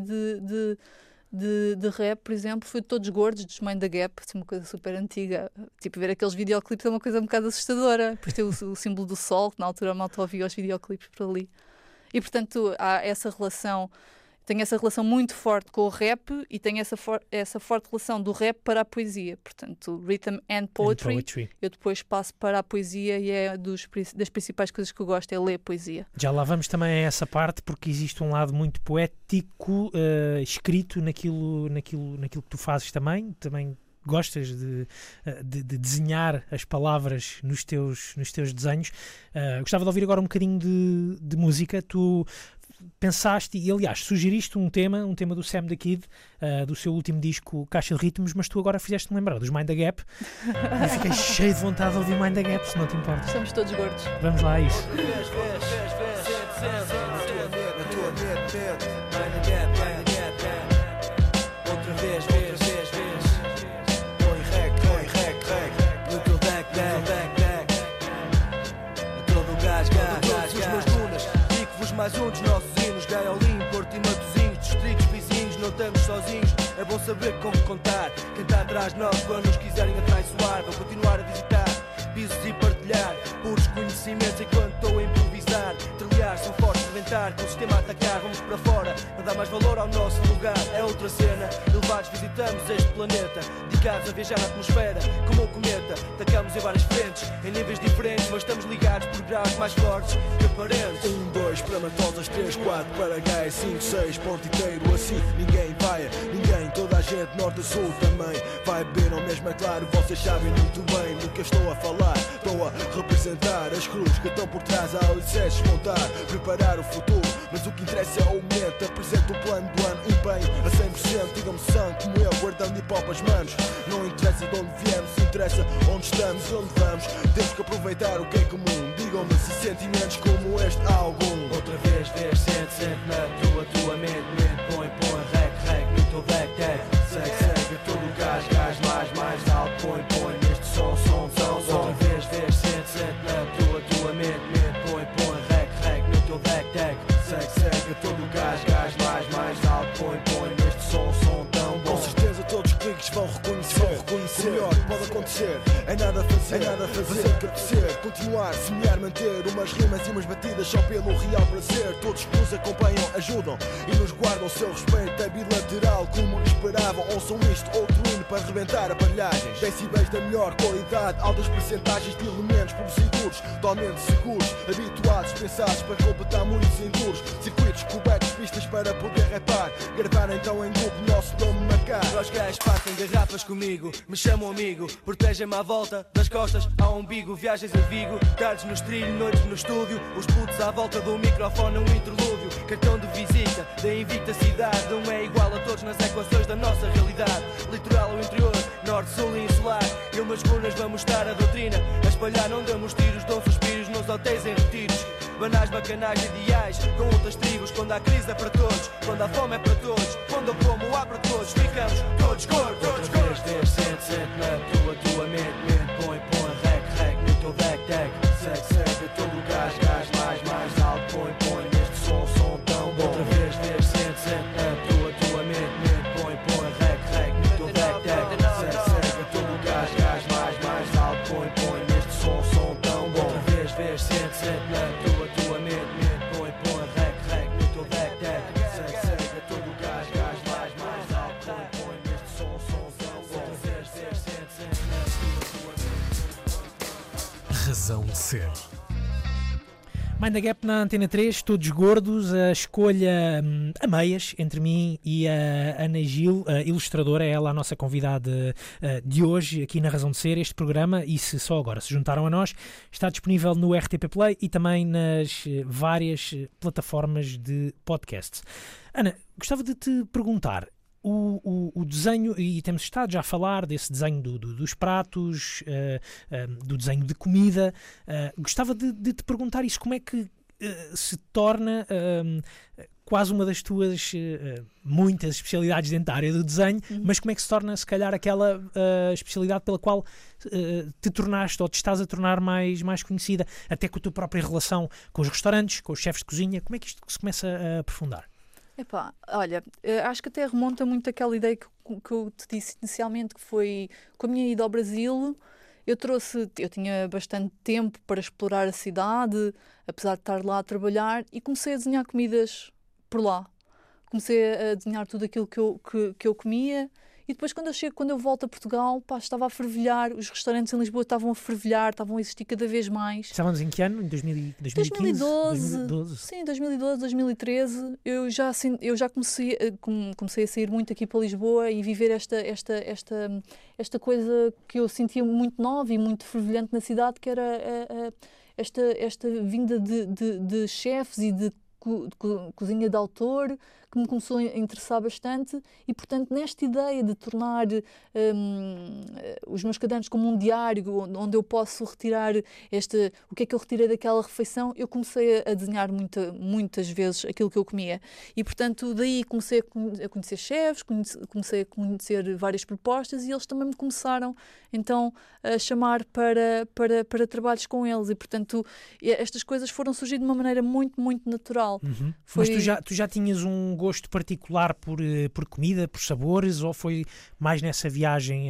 de rap, por exemplo, foi de Todos Gordos, dos Mind the Gap, assim, uma coisa super antiga. Tipo, ver aqueles videoclipes é uma coisa um bocado assustadora, por ter o símbolo do sol, que na altura a malta ouvia os videoclipes por ali. E, portanto, há essa relação. Tenho essa relação muito forte com o rap e tenho essa forte relação do rap para a poesia. Portanto, rhythm and poetry. Eu depois passo para a poesia e é das principais coisas que eu gosto, é ler poesia.
Já lá vamos também a essa parte, porque existe um lado muito poético escrito naquilo que tu fazes também gostas de desenhar as palavras nos teus desenhos. Gostava de ouvir agora um bocadinho de música. Tu pensaste e, aliás, sugeriste um tema do Sam the Kid, do seu último disco Caixa de Ritmos, mas tu agora fizeste-me lembrar dos Mind the Gap e fiquei cheio de vontade de ouvir Mind the Gap, se não te importa.
Estamos todos gordos.
Vamos lá a isso.
Outra vez, põe rec, no teu deck, a todo gás, todos os meus lunas, digo-vos mais um dos nossos hinos, Gaiolim, Porto e Matosinhos, distritos vizinhos, não estamos sozinhos, é bom saber como contar, quem está atrás de nós, quando nos quiserem atraiçoar, vou continuar a visitar, pisos e partilhar, puros conhecimentos enquanto estou a improvisar, trilhar, são fortes, reventar, com o sistema a atacar, vamos para fora, a dar mais valor ao nosso lugar, é outra cena, elevados visitamos este planeta, dedicados a viajar na atmosfera, como um cometa, atacamos em várias frentes, em níveis diferentes, mas estamos ligados por graus mais fortes que aparentes.
1, 2, para Matosas, 3, 4, para Gaia, 5, 6, Porto inteiro, assim ninguém vai, toda a gente, norte a sul também, vai beber ao mesmo, é claro, vocês sabem muito bem do que eu estou a falar, estou a representar as cruzes que estão por trás, há alicerces montar, preparar o futuro, mas o que interessa é o momento, apresento o plano do ano, empenho a 100%, digam-me são como eu, guardando hip hop as manos, não interessa de onde viemos, interessa onde estamos e onde vamos, temos que aproveitar o que é comum, digam-me se sentimentos como este há algum.
Outra vez, sente na tua mente, põe, rec, no teu deck, segue, todo o gás, mais alto, põe, neste som. Outra vez, sente na tua mente, põe, rec, no teu deck, segue, todo o gás, mais alto, põe, neste som tão bom.
Com certeza todos os cliques vão reconhecer, o melhor pode acontecer, é nada fazer que apetecer, continuar, semear, manter umas rimas e umas batidas só pelo real prazer, todos que nos acompanham, ajudam e nos guardam o seu respeito, é bilateral como esperavam, ouçam isto, outro hino para arrebentar aparelhagens, decibéis da melhor qualidade, altas percentagens de elementos puros e duros, totalmente seguros, habituados, pensados para completar muitos enduros, circuitos cobertos, pistas para poder rapar, gravar então em grupo, nosso nome marcar.
Os gajos partem garrafas comigo, me chamam amigo, protegem-me à volta das costas ao umbigo, viagens a Vigo, tardes no trilho, noites no estúdio, os putos à volta do microfone, um interlúdio, cartão de visita da invicta cidade, um é igual a todos nas equações da nossa realidade, litoral ao interior, norte, sul e insular, e umas colunas vamos estar a doutrina, a espalhar não damos tiros, dão suspiros nos hotéis em retiros, banais, bacanais, ideais, com outras tribos, quando há crise é para todos, quando há fome é para todos, quando eu como há para todos, ficamos todos gordos. Outra vez, sente na tua mente, põe, rec, no teu deck, segue, todo o gás, mais alto, põe, neste som tão bom. Outra vez, sente na tua mente, põe, rec, no teu deck, segue, todo o gás, mais alto, põe, neste som tão bom. Outra vez, sente na tua mente, põe, rec, no teu deck, segue, todo o gás, mais alto, põe, neste som.
Razão de Ser.
Mind the Gap na Antena 3, todos gordos, a escolha a meias entre mim e a Ana Gil, a ilustradora, é ela a nossa convidada de hoje aqui na Razão de Ser. Este programa, e se só agora se juntaram a nós, está disponível no RTP Play e também nas várias plataformas de podcasts. Ana, gostava de te perguntar, o desenho, e temos estado já a falar desse desenho dos pratos, do desenho de comida, gostava de te perguntar isso, como é que se torna quase uma das tuas muitas especialidades dentro da área do desenho, mas como é que se torna se calhar aquela especialidade pela qual te tornaste ou te estás a tornar mais conhecida, até com a tua própria relação com os restaurantes, com os chefes de cozinha, como é que isto se começa a aprofundar?
Epá, olha, acho que até remonta muito àquela ideia que eu te disse inicialmente, que foi com a minha ida ao Brasil. Eu tinha bastante tempo para explorar a cidade, apesar de estar lá a trabalhar, e comecei a desenhar comidas por lá. Comecei a desenhar tudo aquilo que eu comia. E depois, quando eu volto a Portugal, estava a fervilhar, os restaurantes em Lisboa estavam a fervilhar, estavam a existir cada vez mais.
Estávamos em que ano? Em 2015?
2012. Sim, 2012, 2013. Eu já comecei a sair muito aqui para Lisboa e viver esta coisa que eu sentia muito nova e muito fervilhante na cidade, que era esta vinda de chefes e de cozinha de autor, que me começou a interessar bastante, e portanto nesta ideia de tornar os meus cadernos como um diário onde eu posso retirar o que é que eu retirei daquela refeição, eu comecei a desenhar muitas vezes aquilo que eu comia, e portanto daí comecei a conhecer chefes, comecei a conhecer várias propostas, e eles também me começaram então a chamar para trabalhos com eles, e portanto estas coisas foram surgir de uma maneira muito, muito natural.
Mas tu já tinhas um gosto particular por comida, por sabores, ou foi mais nessa viagem,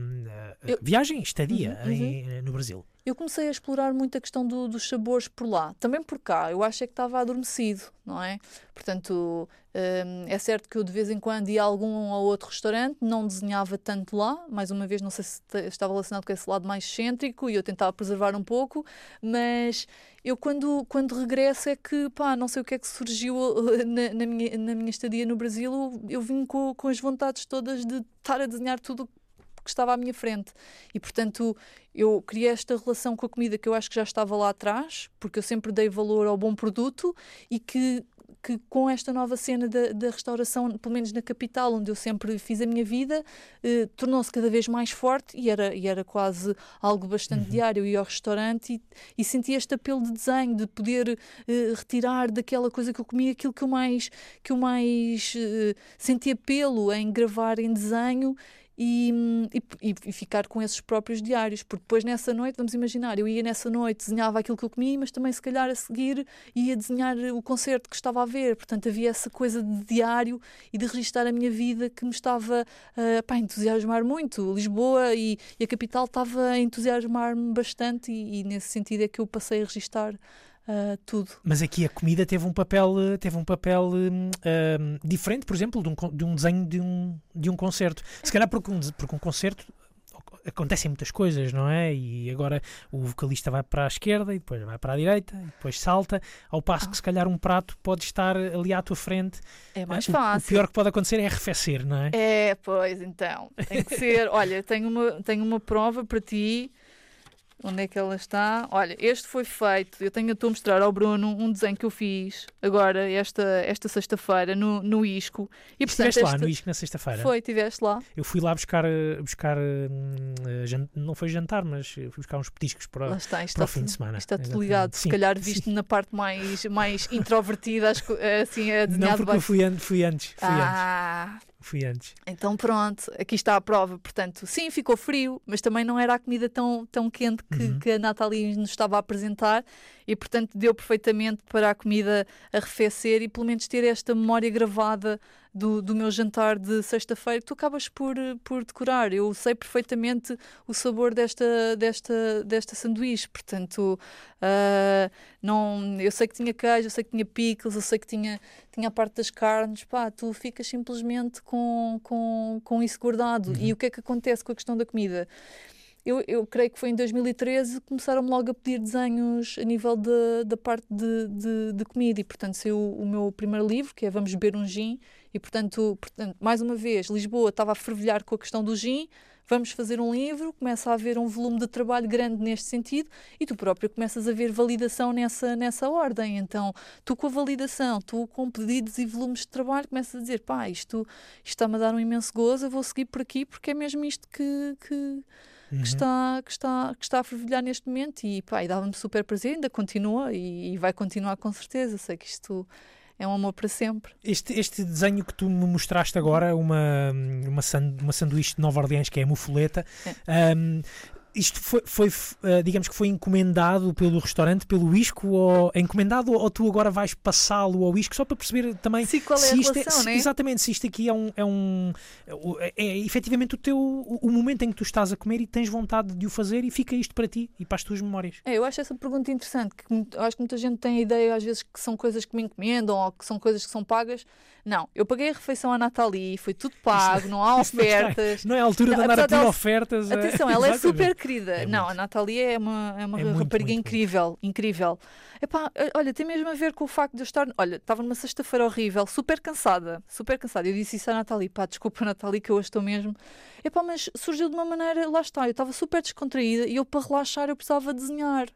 estadia no Brasil?
Eu comecei a explorar muito a questão dos sabores por lá. Também por cá, eu acho que estava adormecido, não é? Portanto, é certo que eu de vez em quando ia a algum ou outro restaurante, não desenhava tanto lá, mais uma vez não sei se estava relacionado com esse lado mais excêntrico e eu tentava preservar um pouco, mas eu quando regresso é que, não sei o que é que surgiu na minha estadia no Brasil, eu vim com as vontades todas de estar a desenhar tudo que estava à minha frente, e portanto eu criei esta relação com a comida que eu acho que já estava lá atrás, porque eu sempre dei valor ao bom produto, e que com esta nova cena da restauração, pelo menos na capital, onde eu sempre fiz a minha vida, tornou-se cada vez mais forte, e era quase algo bastante diário. Eu ia ao restaurante e sentia este apelo de desenho, de poder retirar daquela coisa que eu comia aquilo que eu mais sentia apelo em gravar em desenho, e ficar com esses próprios diários, porque depois nessa noite, vamos imaginar, eu ia nessa noite, desenhava aquilo que eu comia, mas também se calhar a seguir ia desenhar o concerto que estava a ver, portanto havia essa coisa de diário e de registar a minha vida que me estava a entusiasmar muito. Lisboa e a capital estava a entusiasmar-me bastante, e nesse sentido é que eu passei a registar tudo.
Mas aqui a comida teve um papel diferente, por exemplo, de um desenho de um concerto. Se calhar porque um concerto acontecem muitas coisas, não é? E agora o vocalista vai para a esquerda e depois vai para a direita e depois salta, ao passo que se calhar um prato pode estar ali à tua frente.
É mais fácil.
O pior que pode acontecer é arrefecer, não é?
Pois então. Tem que ser. Olha, tenho uma prova para ti. Onde é que ela está? Olha, este foi feito. Estou a mostrar ao Bruno um desenho que eu fiz agora, esta sexta-feira, no ISCO.
E estiveste lá no ISCO na sexta-feira?
Foi, estiveste lá.
Eu fui lá buscar não foi jantar, mas fui buscar uns petiscos para o fim de semana.
Está tudo ligado. Se calhar viste na parte mais introvertida, assim, a desenhar.
Não, porque eu fui antes. Fui antes.
Então pronto, aqui está a prova. Portanto, sim, ficou frio, mas também não era a comida tão quente que a Nathalie nos estava a apresentar, e portanto deu perfeitamente para a comida arrefecer e pelo menos ter esta memória gravada do meu jantar de sexta-feira, que tu acabas por decorar. Eu sei perfeitamente o sabor desta sanduíche, portanto eu sei que tinha queijo, eu sei que tinha pickles, eu sei que tinha a parte das carnes, tu ficas simplesmente com isso guardado. E o que é que acontece com a questão da comida? eu creio que foi em 2013 que começaram-me logo a pedir desenhos a nível da parte de comida, e portanto saiu o meu primeiro livro, que é Vamos Beber um Gin, e portanto, mais uma vez, Lisboa estava a fervilhar com a questão do gin, vamos fazer um livro, começa a haver um volume de trabalho grande neste sentido, e tu próprio começas a ver validação nessa ordem. Então, tu com a validação, tu com pedidos e volumes de trabalho, começas a dizer, pá, isto está-me a dar um imenso gozo, eu vou seguir por aqui, porque é mesmo isto que está a fervilhar neste momento, e pá, e dava-me super prazer, ainda continua e vai continuar com certeza. Sei que isto é um amor para sempre.
Este desenho que tu me mostraste agora, uma sanduíche de Nova Orleans, que é a mufoleta, isto foi digamos que foi encomendado pelo restaurante, pelo Isco, ou é encomendado, ou tu agora vais passá-lo ao Isco, só para perceber também
sim, qual é a relação, né?
Exatamente, se isto aqui é efetivamente o momento em que tu estás a comer e tens vontade de o fazer, e fica isto para ti e para as tuas memórias.
Eu acho essa pergunta interessante, que acho que muita gente tem a ideia às vezes que são coisas que me encomendam ou que são coisas que são pagas. Não, eu paguei a refeição à Nathalie, foi tudo pago, não há ofertas.
Não é a altura de andar a pedir ofertas.
Atenção, ela é super querida. Não, a Nathalie é uma rapariga incrível. Epá, olha, tem mesmo a ver com o facto de eu estar... Olha, estava numa sexta-feira horrível, super cansada. Eu disse isso à Nathalie, pá, desculpa Nathalie, que eu hoje estou mesmo... Epá, mas surgiu de uma maneira, lá está, eu estava super descontraída e eu, para relaxar, eu precisava desenhar.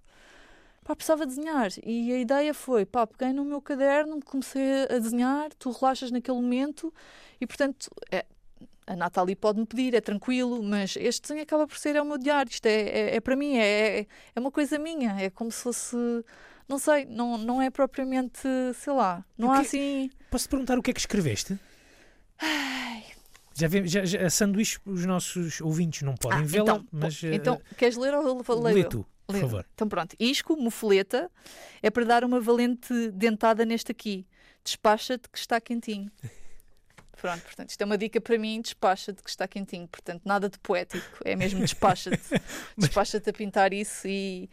E a ideia foi, pá, peguei no meu caderno, comecei a desenhar, tu relaxas naquele momento e, portanto, a Nathalie pode-me pedir, é tranquilo, mas este desenho acaba por ser o meu diário, isto é para mim, é uma coisa minha, é como se fosse, não sei, não é propriamente, sei lá, não há assim...
Posso-te perguntar o que é que escreveste?
Ai...
Já a sanduíche os nossos ouvintes não podem vê-la, mas...
Então, queres ler ou leio?
Lê tu. Por favor.
Então pronto, Isco, mufoleta, é para dar uma valente dentada neste aqui. Despacha-te que está quentinho. Pronto, portanto, isto é uma dica para mim, despacha-te que está quentinho. Portanto, nada de poético, é mesmo despacha-te. Despacha-te a pintar isso e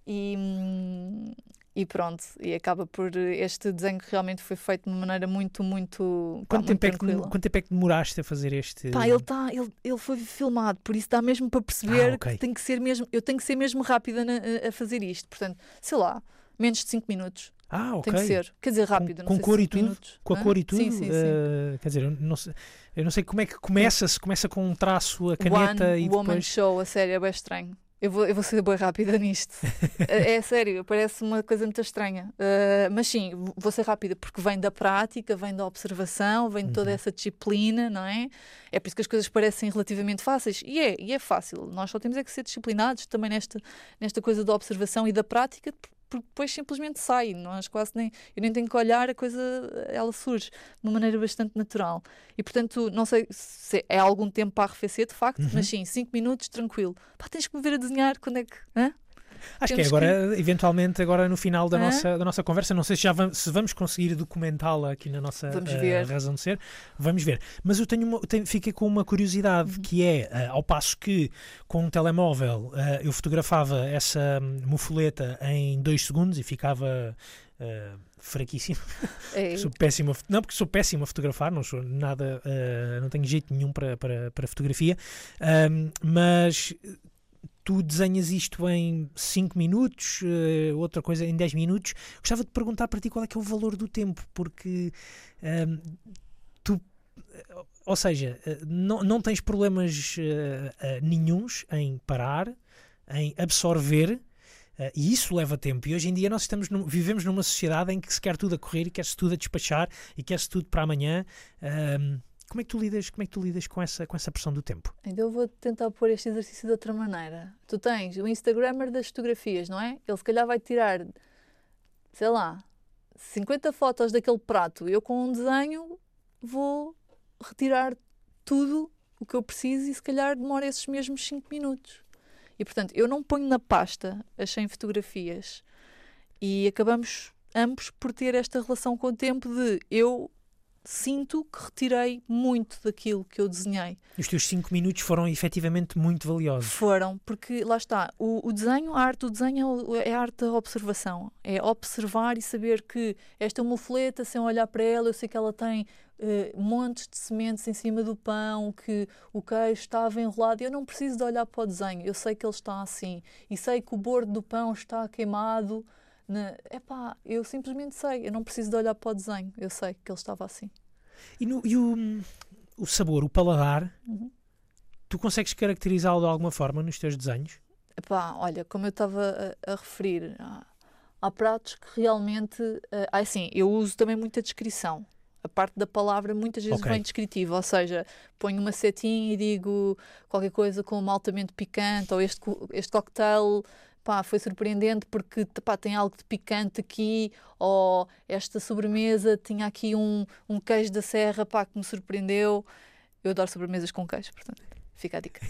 pronto. E acaba por este desenho que realmente foi feito de uma maneira muito, muito,
quanto tempo
tranquila.
Quanto tempo é que demoraste a fazer este...
Pá, ele foi filmado, por isso dá mesmo para perceber que tem que ser mesmo, eu tenho que ser mesmo rápida a fazer isto. Portanto, sei lá, menos de 5 minutos.
Ok.
Tem que ser. Quer dizer, rápido.
Com cor e tudo?
Minutos.
Com a cor e tudo?
Sim.
Quer dizer, eu não sei como é que começa, se começa com um traço, a caneta e depois...
Woman Show, a sério, é bem estranho. Eu vou ser bem rápida nisto. É sério, parece uma coisa muito estranha. Mas sim, vou ser rápida porque vem da prática, vem da observação, vem de toda essa disciplina, não é? É por isso que as coisas parecem relativamente fáceis. E é fácil. Nós só temos é que ser disciplinados também nesta coisa da observação e da prática, porque depois simplesmente sai. Eu nem tenho que olhar, a coisa ela surge de uma maneira bastante natural. E portanto, não sei se é algum tempo para arrefecer, de facto, mas sim, 5 minutos, tranquilo. Pá, tens que me ver a desenhar, quando é que...
Acho que é agora, eventualmente, agora no final da nossa conversa, não sei se vamos conseguir documentá-la aqui na nossa razão de ser, vamos ver. Mas eu fiquei com uma curiosidade, que é, ao passo que com um telemóvel eu fotografava essa mufoleta em 2 segundos e ficava... fraquíssimo. Porque sou péssimo a fotografar, não sou nada, não tenho jeito nenhum para fotografia, mas tu desenhas isto em 5 minutos, outra coisa em 10 minutos. Gostava de perguntar para ti qual é que é o valor do tempo, porque ou seja, não tens problemas nenhuns em parar, em absorver. E isso leva tempo, e hoje em dia nós vivemos numa sociedade em que se quer tudo a correr e quer-se tudo a despachar e quer-se tudo para amanhã. Como é que tu lidas com essa pressão do tempo?
Então eu vou tentar pôr este exercício de outra maneira. Tu tens o Instagrammer das fotografias, não é? Ele se calhar vai tirar, sei lá, 50 fotos daquele prato. Eu com um desenho vou retirar tudo o que eu preciso e se calhar demora esses mesmos 5 minutos. E, portanto, eu não ponho na pasta as 100 fotografias e acabamos ambos por ter esta relação com o tempo de eu sinto que retirei muito daquilo que eu desenhei.
Os teus 5 minutos foram efetivamente muito valiosos.
Foram, porque lá está, o desenho, a arte do desenho é a arte da observação. É observar e saber que esta mufoleta, sem olhar para ela, eu sei que ela tem montes de sementes em cima do pão, que o queijo estava enrolado. Eu não preciso de olhar para o desenho, eu sei que ele está assim. E sei que o bordo do pão está queimado. Eu simplesmente sei, eu não preciso de olhar para o desenho, eu sei que ele estava assim.
E o sabor, o paladar, tu consegues caracterizá-lo de alguma forma nos teus desenhos?
Olha, como eu estava a referir, há pratos que realmente... assim, eu uso também muita descrição. A parte da palavra muitas vezes vem descritiva, ou seja, ponho uma setinha e digo qualquer coisa como altamente picante, ou este cocktail foi surpreendente porque tem algo de picante aqui, ou esta sobremesa tinha aqui um queijo da serra que me surpreendeu. Eu adoro sobremesas com queijo, portanto, fica a dica.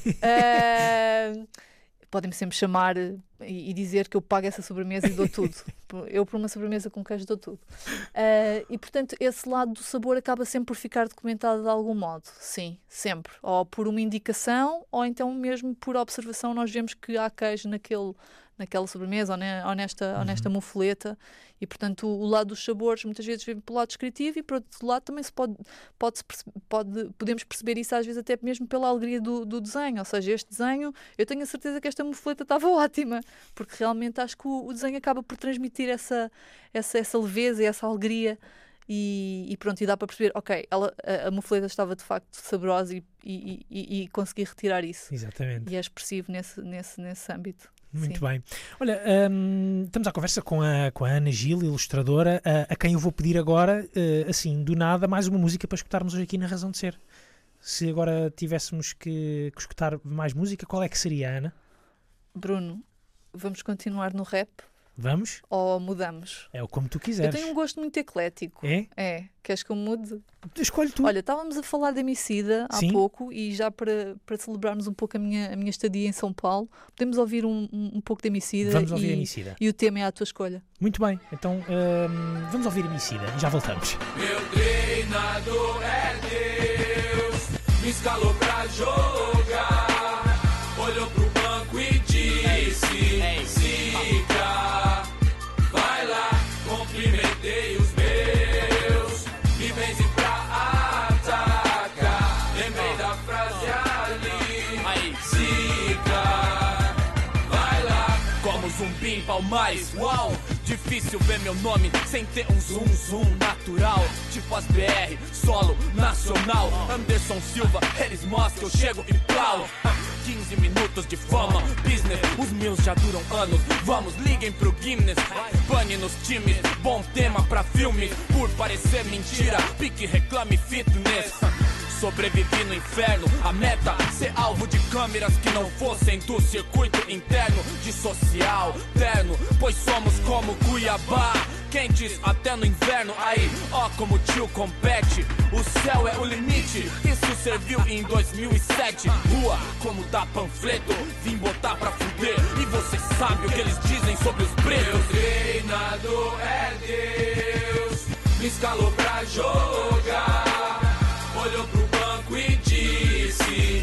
Podem-me sempre chamar e dizer que eu pago essa sobremesa e dou tudo. Eu, por uma sobremesa com queijo, dou tudo. E, portanto, esse lado do sabor acaba sempre por ficar documentado de algum modo. Sim, sempre. Ou por uma indicação, ou então mesmo por observação nós vemos que há queijo naquela sobremesa ou nesta mufoleta. E, portanto, o lado dos sabores muitas vezes vem pelo lado descritivo e, por outro lado, também podemos perceber isso às vezes até mesmo pela alegria do desenho. Ou seja, este desenho, eu tenho a certeza que esta mufoleta estava ótima, porque realmente acho que o desenho acaba por transmitir essa leveza e essa alegria. E pronto, e dá para perceber, a mufoleta estava de facto saborosa e consegui retirar isso.
Exatamente.
E é expressivo nesse âmbito.
Muito
Sim.
bem. Olha, estamos à conversa com a Ana Gil, ilustradora, a quem eu vou pedir agora, assim, do nada, mais uma música para escutarmos hoje aqui na Razão de Ser. Se agora tivéssemos que escutar mais música, qual é que seria, Ana?
Bruno, vamos continuar no rap?
Vamos?
Ou mudamos?
É como tu quiseres.
Eu tenho um gosto muito eclético.
É?
Queres que eu mude?
Escolhe tu.
Olha, estávamos a falar de Emicida há pouco e já para celebrarmos um pouco a minha estadia em São Paulo, podemos ouvir um pouco de Emicida.
Vamos ouvir Emicida.
E o tema é a tua escolha.
Muito bem, então vamos ouvir Emicida e já voltamos.
Meu treinador é Deus, me escalou pra jogar, olhou pro banco e disse, Zica, vai lá, cumprimentei os meus, me benze pra atacar, lembrei da frase ali, Zica, vai lá, como zumbi em Palmares, uau, difícil ver meu nome sem ter um zoom natural, tipo as BR, solo, nacional, Anderson Silva, eles mostram, eu chego e plau. 15 minutos de fama, business, os meus já duram anos. Vamos, liguem pro Guinness, pane nos times, bom tema pra filmes. Por parecer mentira, pique, reclame fitness. Sobrevivi no inferno, a meta, ser alvo de câmeras que não fossem do circuito interno. De social, terno, pois somos como Cuiabá, quentes até no inverno. Aí, ó como o tio compete, o céu é o limite. Isso serviu em 2007. Rua, como dá panfleto, vim botar pra fuder. E você sabe o que eles dizem sobre os pretos. Meu treinador é Deus, me escalou pra jogar, olhou pro banco e disse,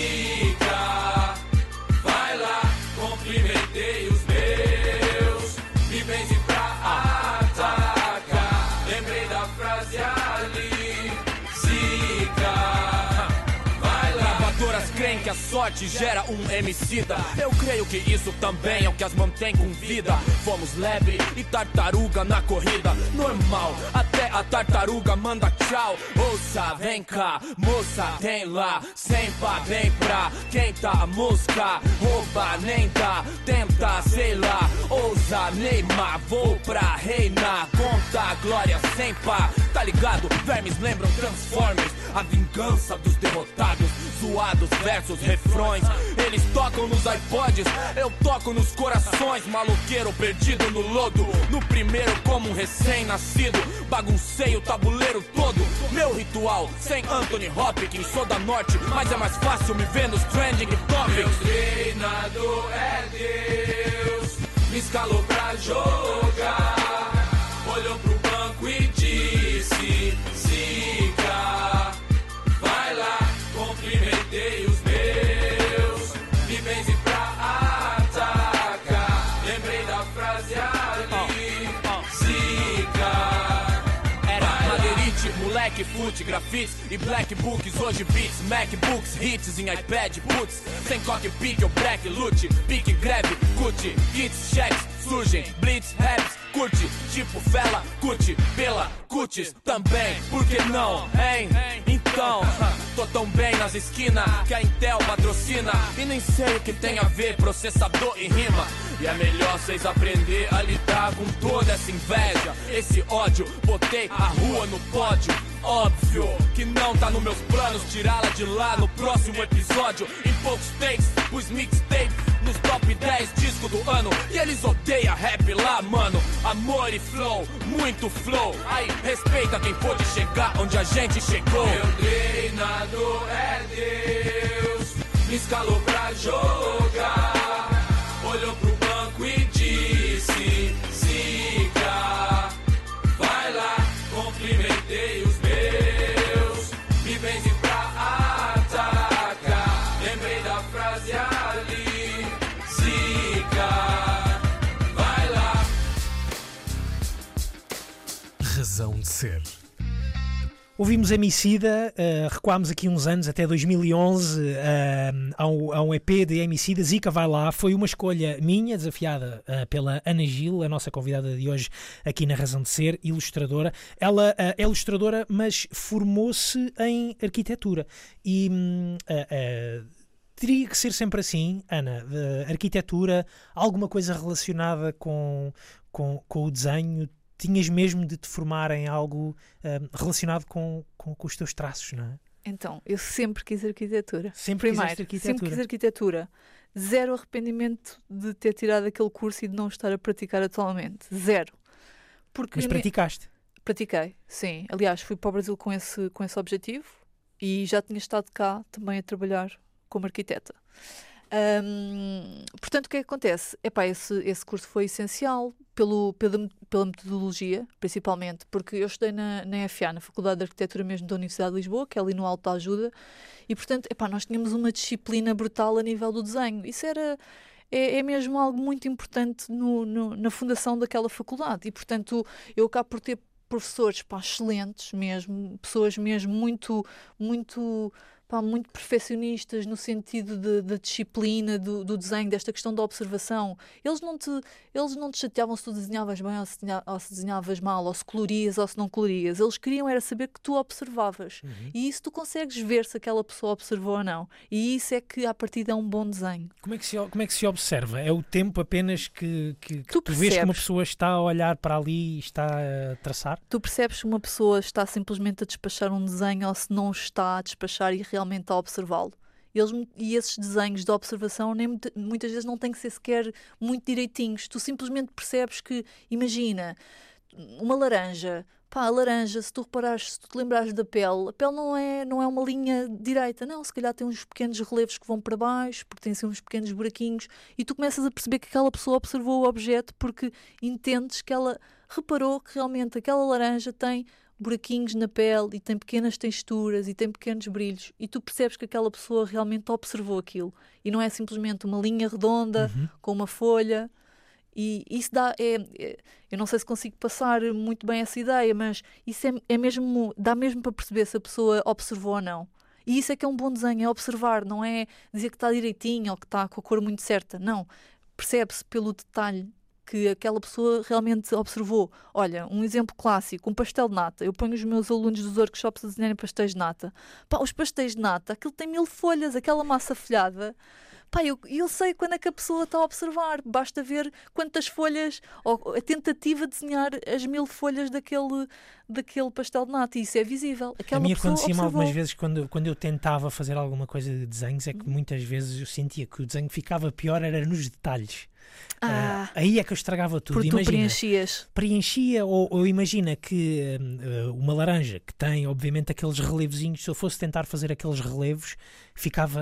Zica, vai lá, cumprimentei os meus, me benze pra atacar, lembrei da frase ali, Zica, vai lá. Gravadoras creem que a sorte gera um emicida, eu creio que isso também é o que as mantém com vida. Fomos lebre e tartaruga na corrida, normal, até a tartaruga manda tchau. Ouça, vem cá, moça, tem lá, sem pá, vem pra quem tá mosca, rouba, nem dá, tenta, sei lá, ousa, Neymar, vou pra reinar, conta glória sem pá, tá ligado? Vermes lembram Transformers, a vingança dos derrotados, zoados versus refrões, eles tocam nos iPods, eu toco nos corações, maloqueiro perdido no lodo, no primeiro como um recém-nascido, baguncei o tabuleiro todo, meu ritual sem Anthony Hopkins, sou da norte, mas é mais fácil me ver nos trending topics. Meu treinador é Deus, me escalou pra jogar, olhou pro banco e disse, Zica, vai lá, cumprimentei os meus, me benze pra atacar, lembrei da frase ali, Zica, era madeirite, moleque, fute, arte, grafites e black books. Hoje beats, MacBooks, hits em iPad, putz. Sem cockpit ou black loot, pique, greve, cut, hits, checks, surgem, blitz, raps, curte, tipo vela, curte, pela, cutis, também, por que não, hein? Então, tô tão bem nas esquinas que a Intel patrocina e nem sei o que tem a ver processador e rima. E é melhor vocês aprender a lidar com toda essa inveja, esse ódio. Botei a rua no pódio, óbvio que não tá nos meus planos tirá-la de lá no próximo episódio. Em poucos takes, os mixtapes nos top 10 discos do ano. E eles odeiam rap lá, mano. Amor e flow, muito flow. Aí, respeita quem pôde chegar onde a gente chegou. Meu treinador é Deus, me escalou pra jogar. Olhou pro banco e disse: Zica, vai lá, cumprimentei os meus, me benze pra atacar. Lembrei da frase ali: Zica, vai lá.
Razão de ser.
Ouvimos Emicida, recuámos aqui uns anos, até 2011, a um EP de Emicida, Zica Vai Lá. Foi uma escolha minha, desafiada pela Ana Gil, a nossa convidada de hoje aqui na Razão de Ser, ilustradora. Ela é ilustradora, mas formou-se em arquitetura. E teria que ser sempre assim, Ana, arquitetura, alguma coisa relacionada com o desenho. Tinhas mesmo de te formar em algo relacionado com os teus traços, não é?
Então, eu sempre quis arquitetura.
Sempre
Primeiro, sempre quis arquitetura. Zero arrependimento de ter tirado aquele curso e de não estar a praticar atualmente. Zero. Porque
Mas praticaste?
Pratiquei, sim. Aliás, fui para o Brasil com esse objetivo e já tinha estado cá também a trabalhar como arquiteta. Portanto, o que é que acontece? Epá, esse curso foi essencial pela metodologia, principalmente, porque eu estudei na FA, na Faculdade de Arquitetura mesmo da Universidade de Lisboa, que é ali no Alto da Ajuda, e portanto, epá, nós tínhamos uma disciplina brutal a nível do desenho. Isso é mesmo algo muito importante na fundação daquela faculdade, e portanto eu acabo por ter professores, pá, excelentes mesmo, pessoas mesmo muito perfeccionistas no sentido da disciplina, do desenho, desta questão da observação. Eles não te chateavam se tu desenhavas bem ou se desenhavas mal, ou se colorias ou se não colorias. Eles queriam era saber que tu observavas. E isso tu consegues ver se aquela pessoa observou ou não. E isso é que, à partida, é um bom desenho.
Como é que se observa? É o tempo apenas que tu vês que uma pessoa está a olhar para ali e está a traçar?
Tu percebes se uma pessoa está simplesmente a despachar um desenho ou se não está a despachar e realmente a observá-lo. E esses desenhos de observação muitas vezes não têm que ser sequer muito direitinhos. Tu simplesmente percebes que, imagina, uma laranja. Pá, a laranja, se tu reparares, se tu te lembrares da pele, a pele não é uma linha direita, não. Se calhar tem uns pequenos relevos que vão para baixo, porque tem assim uns pequenos buraquinhos, e tu começas a perceber que aquela pessoa observou o objeto porque entendes que ela reparou que realmente aquela laranja tem buraquinhos na pele e tem pequenas texturas e tem pequenos brilhos, e tu percebes que aquela pessoa realmente observou aquilo e não é simplesmente uma linha redonda com uma folha. E isso eu não sei se consigo passar muito bem essa ideia, mas isso dá mesmo para perceber se a pessoa observou ou não. E isso é que é um bom desenho, é observar, não é dizer que está direitinho ou que está com a cor muito certa, não. Percebe-se pelo detalhe que aquela pessoa realmente observou. Olha, um exemplo clássico, um pastel de nata. Eu ponho os meus alunos dos workshops a desenharem pastéis de nata. Pá, os pastéis de nata, aquilo tem 1000 folhas, aquela massa folhada. Pá, eu sei quando é que a pessoa está a observar. Basta ver quantas folhas, ou a tentativa de desenhar as 1000 folhas daquele pastel de nata. E isso é visível.
A mim acontecia-me algumas vezes quando eu tentava fazer alguma coisa de desenhos, é que muitas vezes eu sentia que o desenho ficava pior, era nos detalhes. Aí é que eu estragava tudo.
Porque tu preenchias.
Preenchia, ou imagina que uma laranja que tem, obviamente, aqueles relevozinhos, se eu fosse tentar fazer aqueles relevos, ficava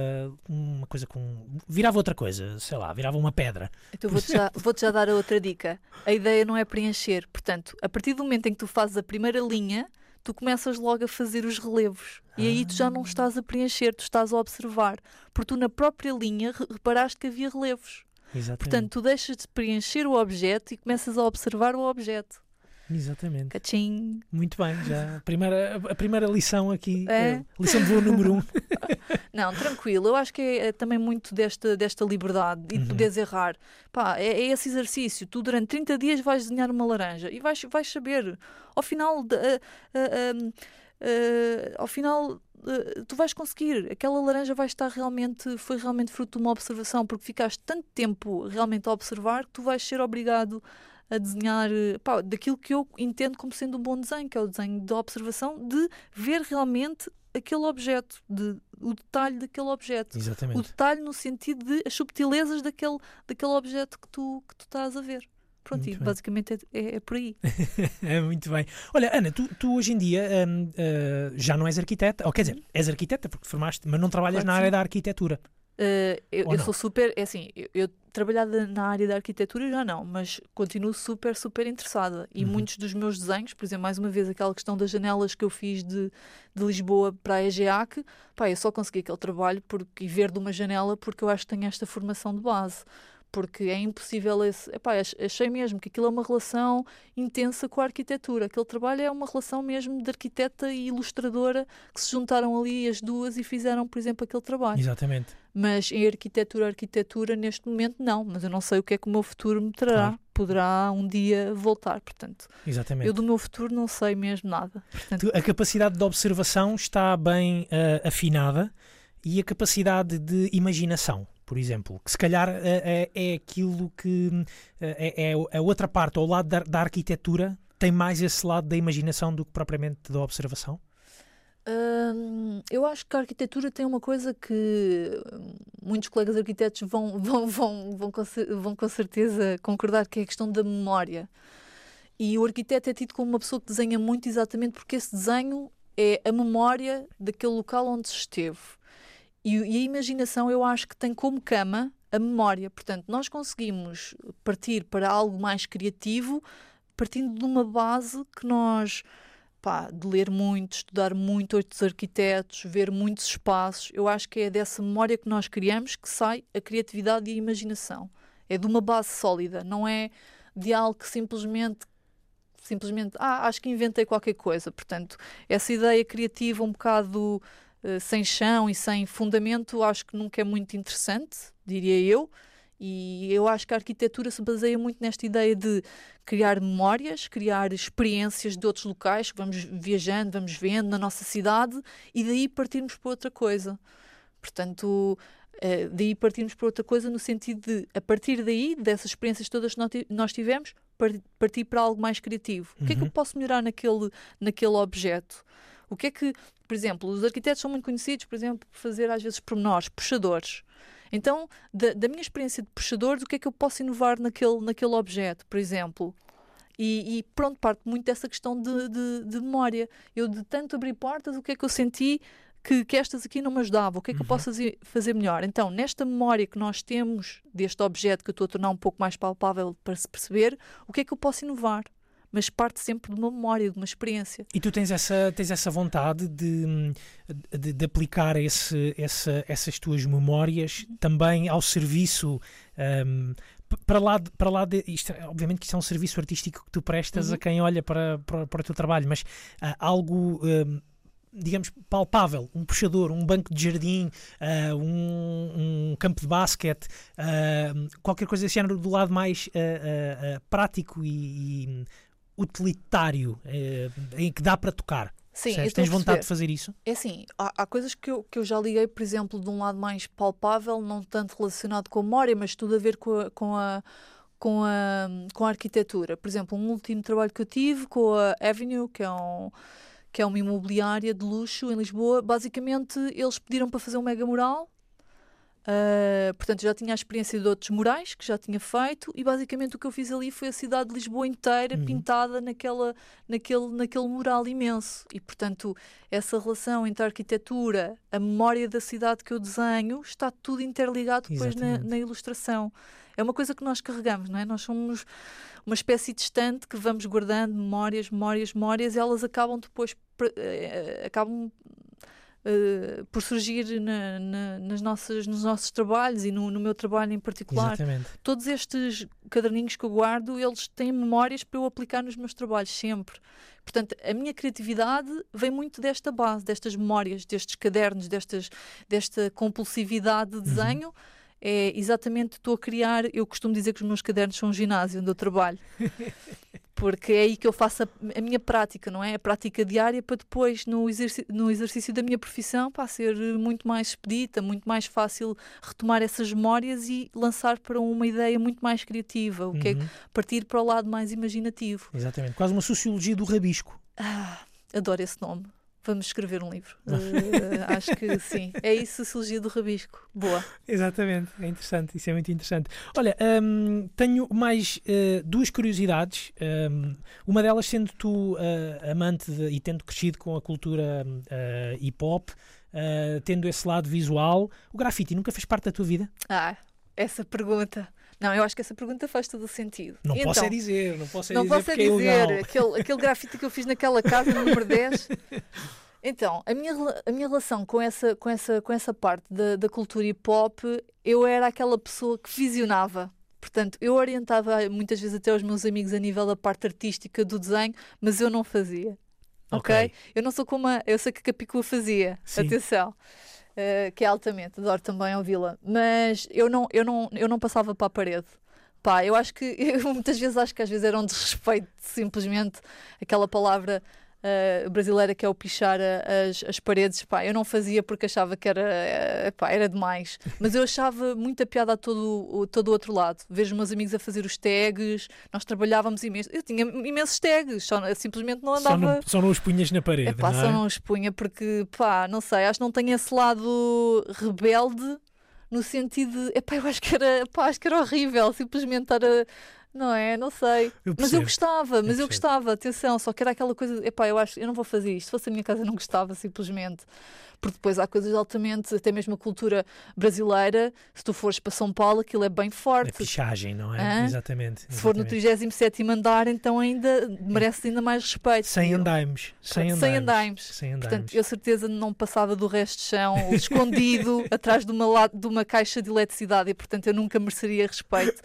uma coisa virava outra coisa, sei lá, virava uma pedra.
Então vou-te já dar a outra dica. A ideia não é preencher. Portanto, a partir do momento em que tu fazes a primeira linha, tu começas logo a fazer os relevos. E aí tu já não estás a preencher, tu estás a observar. Porque tu na própria linha reparaste que havia relevos.
Exatamente.
Portanto, tu deixas de preencher o objeto e começas a observar o objeto.
Exatamente.
Cachim.
Muito bem, já a primeira lição aqui,
É?
lição de voo número 1.
Não, tranquilo. Eu acho que é também muito desta liberdade e de poderes errar. Pá, é esse exercício. Tu durante 30 dias vais desenhar uma laranja e vais saber. Ao final, tu vais conseguir. Aquela laranja foi realmente fruto de uma observação, porque ficaste tanto tempo realmente a observar que tu vais ser obrigado a desenhar daquilo que eu entendo como sendo um bom desenho, que é o desenho da observação, de ver realmente aquele objeto, o detalhe daquele objeto.
Exatamente.
O detalhe no sentido de as subtilezas daquele objeto que tu estás a ver. Pronto,
Muito
e
bem.
basicamente é por aí.
É muito bem. Olha, Ana, tu hoje em dia já não és arquiteta, ou quer dizer, és arquiteta porque te formaste, mas não trabalhas
Claro que
na área
sim.
da arquitetura.
Eu
não?
sou super, é assim, eu trabalhar na área da arquitetura já não, mas continuo super, super interessada. E muitos dos meus desenhos, por exemplo, mais uma vez, aquela questão das janelas que eu fiz de Lisboa para a EGEAC, eu só consegui aquele trabalho e ver de uma janela porque eu acho que tenho esta formação de base. Porque é impossível achei mesmo que aquilo é uma relação intensa com a arquitetura. Aquele trabalho é uma relação mesmo de arquiteta e ilustradora que se juntaram ali as duas e fizeram, por exemplo, aquele trabalho.
Exatamente.
Mas em arquitetura, neste momento, não. Mas eu não sei o que é que o meu futuro me trará.
Claro.
Poderá um dia voltar, portanto.
Exatamente.
Eu do meu futuro não sei mesmo nada. Portanto,
A capacidade de observação está bem afinada e a capacidade de imaginação, por exemplo, que se calhar é aquilo que é a outra parte, ao lado da arquitetura, tem mais esse lado da imaginação do que propriamente da observação?
Eu acho que a arquitetura tem uma coisa que muitos colegas arquitetos vão com certeza concordar, que é a questão da memória. E o arquiteto é tido como uma pessoa que desenha muito exatamente porque esse desenho é a memória daquele local onde se esteve. E a imaginação eu acho que tem como cama a memória. Portanto, nós conseguimos partir para algo mais criativo partindo de uma base que nós, de ler muito, estudar muito outros arquitetos, ver muitos espaços. Eu acho que é dessa memória que nós criamos que sai a criatividade e a imaginação. É de uma base sólida, não é de algo que simplesmente acho que inventei qualquer coisa. Portanto, essa ideia criativa um bocado sem chão e sem fundamento, acho que nunca é muito interessante, diria eu. E eu acho que a arquitetura se baseia muito nesta ideia de criar memórias, criar experiências de outros locais que vamos viajando, vamos vendo na nossa cidade e daí partirmos para outra coisa. Portanto, daí partirmos para outra coisa no sentido de, a partir daí, dessas experiências todas que nós tivemos, partir para algo mais criativo. O que é que eu posso melhorar naquele objeto? O que é que, por exemplo, os arquitetos são muito conhecidos, por exemplo, por fazer às vezes pormenores, puxadores. Então, da minha experiência de puxadores, o que é que eu posso inovar naquele objeto, por exemplo? E pronto, parte muito dessa questão de memória. Eu de tanto abrir portas, o que é que eu senti que estas aqui não me ajudavam? O que é que eu posso fazer melhor? Então, nesta memória que nós temos deste objeto que eu estou a tornar um pouco mais palpável para se perceber, o que é que eu posso inovar? Mas parte sempre de uma memória, de uma experiência.
E tu tens essa vontade de aplicar essas tuas memórias também ao serviço, para lá de isto, obviamente que isto é um serviço artístico que tu prestas a quem olha para o teu trabalho, mas algo, digamos, palpável, um puxador, um banco de jardim, um campo de basquete, qualquer coisa desse género, do lado mais prático e utilitário, em que dá para tocar.
Sim,
Tens vontade de fazer isso?
É assim, há coisas que eu já liguei, por exemplo, de um lado mais palpável, não tanto relacionado com a memória, mas tudo a ver com a arquitetura. Por exemplo, um último trabalho que eu tive com a Avenue, que é uma imobiliária de luxo em Lisboa. Basicamente, eles pediram para fazer um mega mural. Portanto, já tinha a experiência de outros murais que já tinha feito e basicamente o que eu fiz ali foi a cidade de Lisboa inteira pintada naquele mural imenso. E portanto, essa relação entre a arquitetura, a memória da cidade que eu desenho, está tudo interligado depois na ilustração. É uma coisa que nós carregamos, não é? Nós somos uma espécie de estante que vamos guardando memórias, e elas acabam depois por surgir nos nossos trabalhos e no meu trabalho em particular.
Exatamente.
Todos estes caderninhos que eu guardo, eles têm memórias para eu aplicar nos meus trabalhos sempre. Portanto, a minha criatividade vem muito desta base, destas memórias, destes cadernos, desta compulsividade de desenho. É exatamente, estou a criar, eu costumo dizer que os meus cadernos são um ginásio onde eu trabalho. Porque é aí que eu faço a minha prática, não é? A prática diária para depois, no exercício da minha profissão, para ser muito mais expedita, muito mais fácil retomar essas memórias e lançar para uma ideia muito mais criativa, o que é partir para o lado mais imaginativo.
Exatamente, quase uma sociologia do rabisco.
Adoro esse nome. Vamos escrever um livro. Acho que sim. É isso, Sociologia do Rabisco. Boa.
Exatamente. É interessante. Isso é muito interessante. Olha, tenho mais duas curiosidades. Uma delas sendo tu amante e tendo crescido com a cultura hip-hop, tendo esse lado visual, o grafite nunca fez parte da tua vida?
Essa pergunta... Não, eu acho que essa pergunta faz todo o sentido.
Não
então,
posso é dizer, não posso é
não
dizer
posso
porque é ilegal.
Aquele grafite que eu fiz naquela casa, número 10. Então, a minha relação com essa parte da cultura hip-hop, eu era aquela pessoa que visionava. Portanto, eu orientava muitas vezes até os meus amigos a nível da parte artística do desenho, mas eu não fazia. Ok? Eu não sou como eu sei que a Capicua fazia. Sim. Atenção. Que é altamente, adoro também ouvi-la, mas eu não passava para a parede. Eu acho que, muitas vezes acho que às vezes era um desrespeito, simplesmente aquela palavra brasileira que é o pichar as paredes. Eu não fazia porque achava que era demais, mas eu achava muita piada a todo o outro lado. Vejo os meus amigos a fazer os tags, nós trabalhávamos imenso, eu tinha imensos tags, simplesmente não andava...
Só não os punhas na parede, não é?
Só não os punha porque, não sei, acho que não tenho esse lado rebelde, no sentido de, eu acho que era horrível, simplesmente estar a... Não é? Não sei. Mas eu gostava, atenção, só que era aquela coisa, eu não vou fazer isto. Se fosse a minha casa, eu não gostava, simplesmente. Porque depois há coisas altamente, até mesmo a cultura brasileira, se tu fores para São Paulo, aquilo é bem forte.
É pichagem, não é? Exatamente.
Se for no 37º andar, então ainda merece ainda mais respeito.
100 andaimes.
Portanto, eu certeza não passava do resto de chão, escondido atrás de uma caixa de eletricidade, e portanto eu nunca mereceria respeito.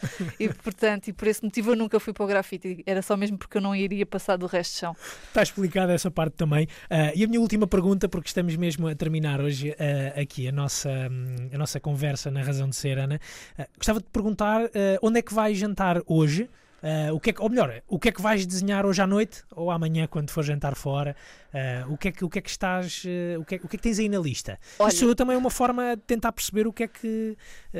E por esse motivo eu nunca fui para o grafite. Era só mesmo porque eu não iria passar do resto de chão.
Está explicada essa parte também. E a minha última pergunta, porque estamos mesmo a terminar hoje aqui a nossa conversa na Razão de Ser, Ana. Gostava de te perguntar onde é que vais jantar hoje? O que é que vais desenhar hoje à noite ou amanhã quando for jantar fora? O que é que tens aí na lista?
Olha,
isso também é uma forma de tentar perceber o que é que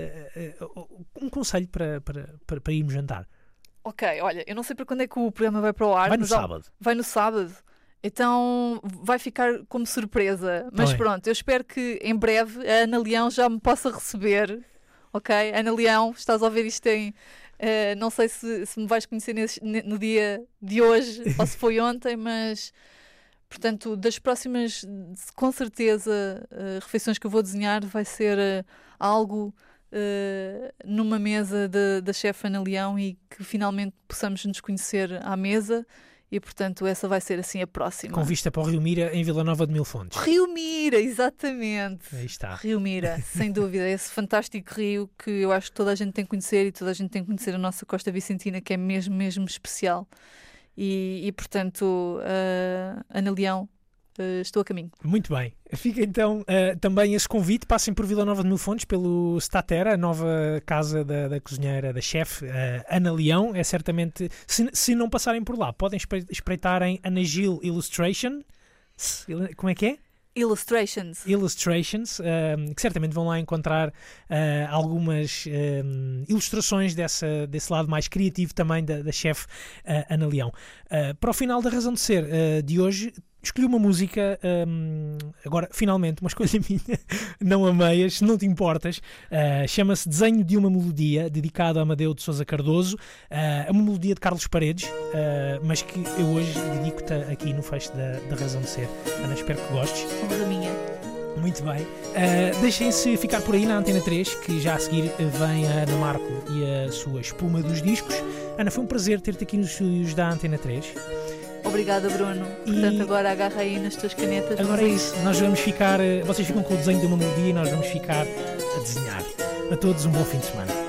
um conselho para irmos jantar.
Ok, olha, eu não sei para quando é que o programa vai para o ar.
Vai no sábado.
Vai no sábado. Então vai ficar como surpresa. Mas pronto, eu espero que em breve a Ana Leão já me possa receber. Ok? Ana Leão, estás a ouvir isto em... não sei se me vais conhecer no dia de hoje ou se foi ontem, mas portanto, das próximas, com certeza, refeições que eu vou desenhar vai ser algo numa mesa da chefe Ana Leão e que finalmente possamos nos conhecer à mesa. E, portanto, essa vai ser assim a próxima.
Com vista para o Rio Mira, em Vila Nova de Mil Fontes.
Rio Mira, exatamente.
Aí está.
Rio Mira, sem dúvida. Esse fantástico rio que eu acho que toda a gente tem que conhecer e toda a gente tem que conhecer a nossa Costa Vicentina, que é mesmo, mesmo especial. E portanto, Ana Leão, estou a caminho.
Muito bem. Fica então também esse convite. Passem por Vila Nova de Mil Fontes, pelo Statera, a nova casa da cozinheira, da chefe Ana Leão. É certamente, se não passarem por lá, podem espreitar em Ana Gil Illustration. Como é que é?
Illustrations,
que certamente vão lá encontrar algumas ilustrações desse lado mais criativo também da chefe Ana Leão. Para o final da Razão de Ser de hoje, escolhi uma música, agora finalmente uma escolha minha, não a meias, se não te importas. Chama-se Desenho de uma Melodia, dedicado a Amadeu de Sousa Cardoso. É uma melodia de Carlos Paredes, mas que eu hoje dedico-te aqui no fecho da Razão de Ser. Ana, espero que gostes.
Honra minha.
Muito bem. Deixem-se ficar por aí na Antena 3, que já a seguir vem a Ana Marco e a sua espuma dos discos. Ana, foi um prazer ter-te aqui nos estúdios da Antena 3.
Obrigada, Bruno. Portanto, agora agarra aí nas tuas canetas.
Agora é isso. Nós vamos ficar. Vocês ficam com o desenho de uma melodia e nós vamos ficar a desenhar. A todos um bom fim de semana.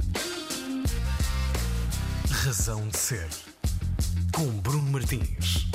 Razão de Ser, com Bruno Martins.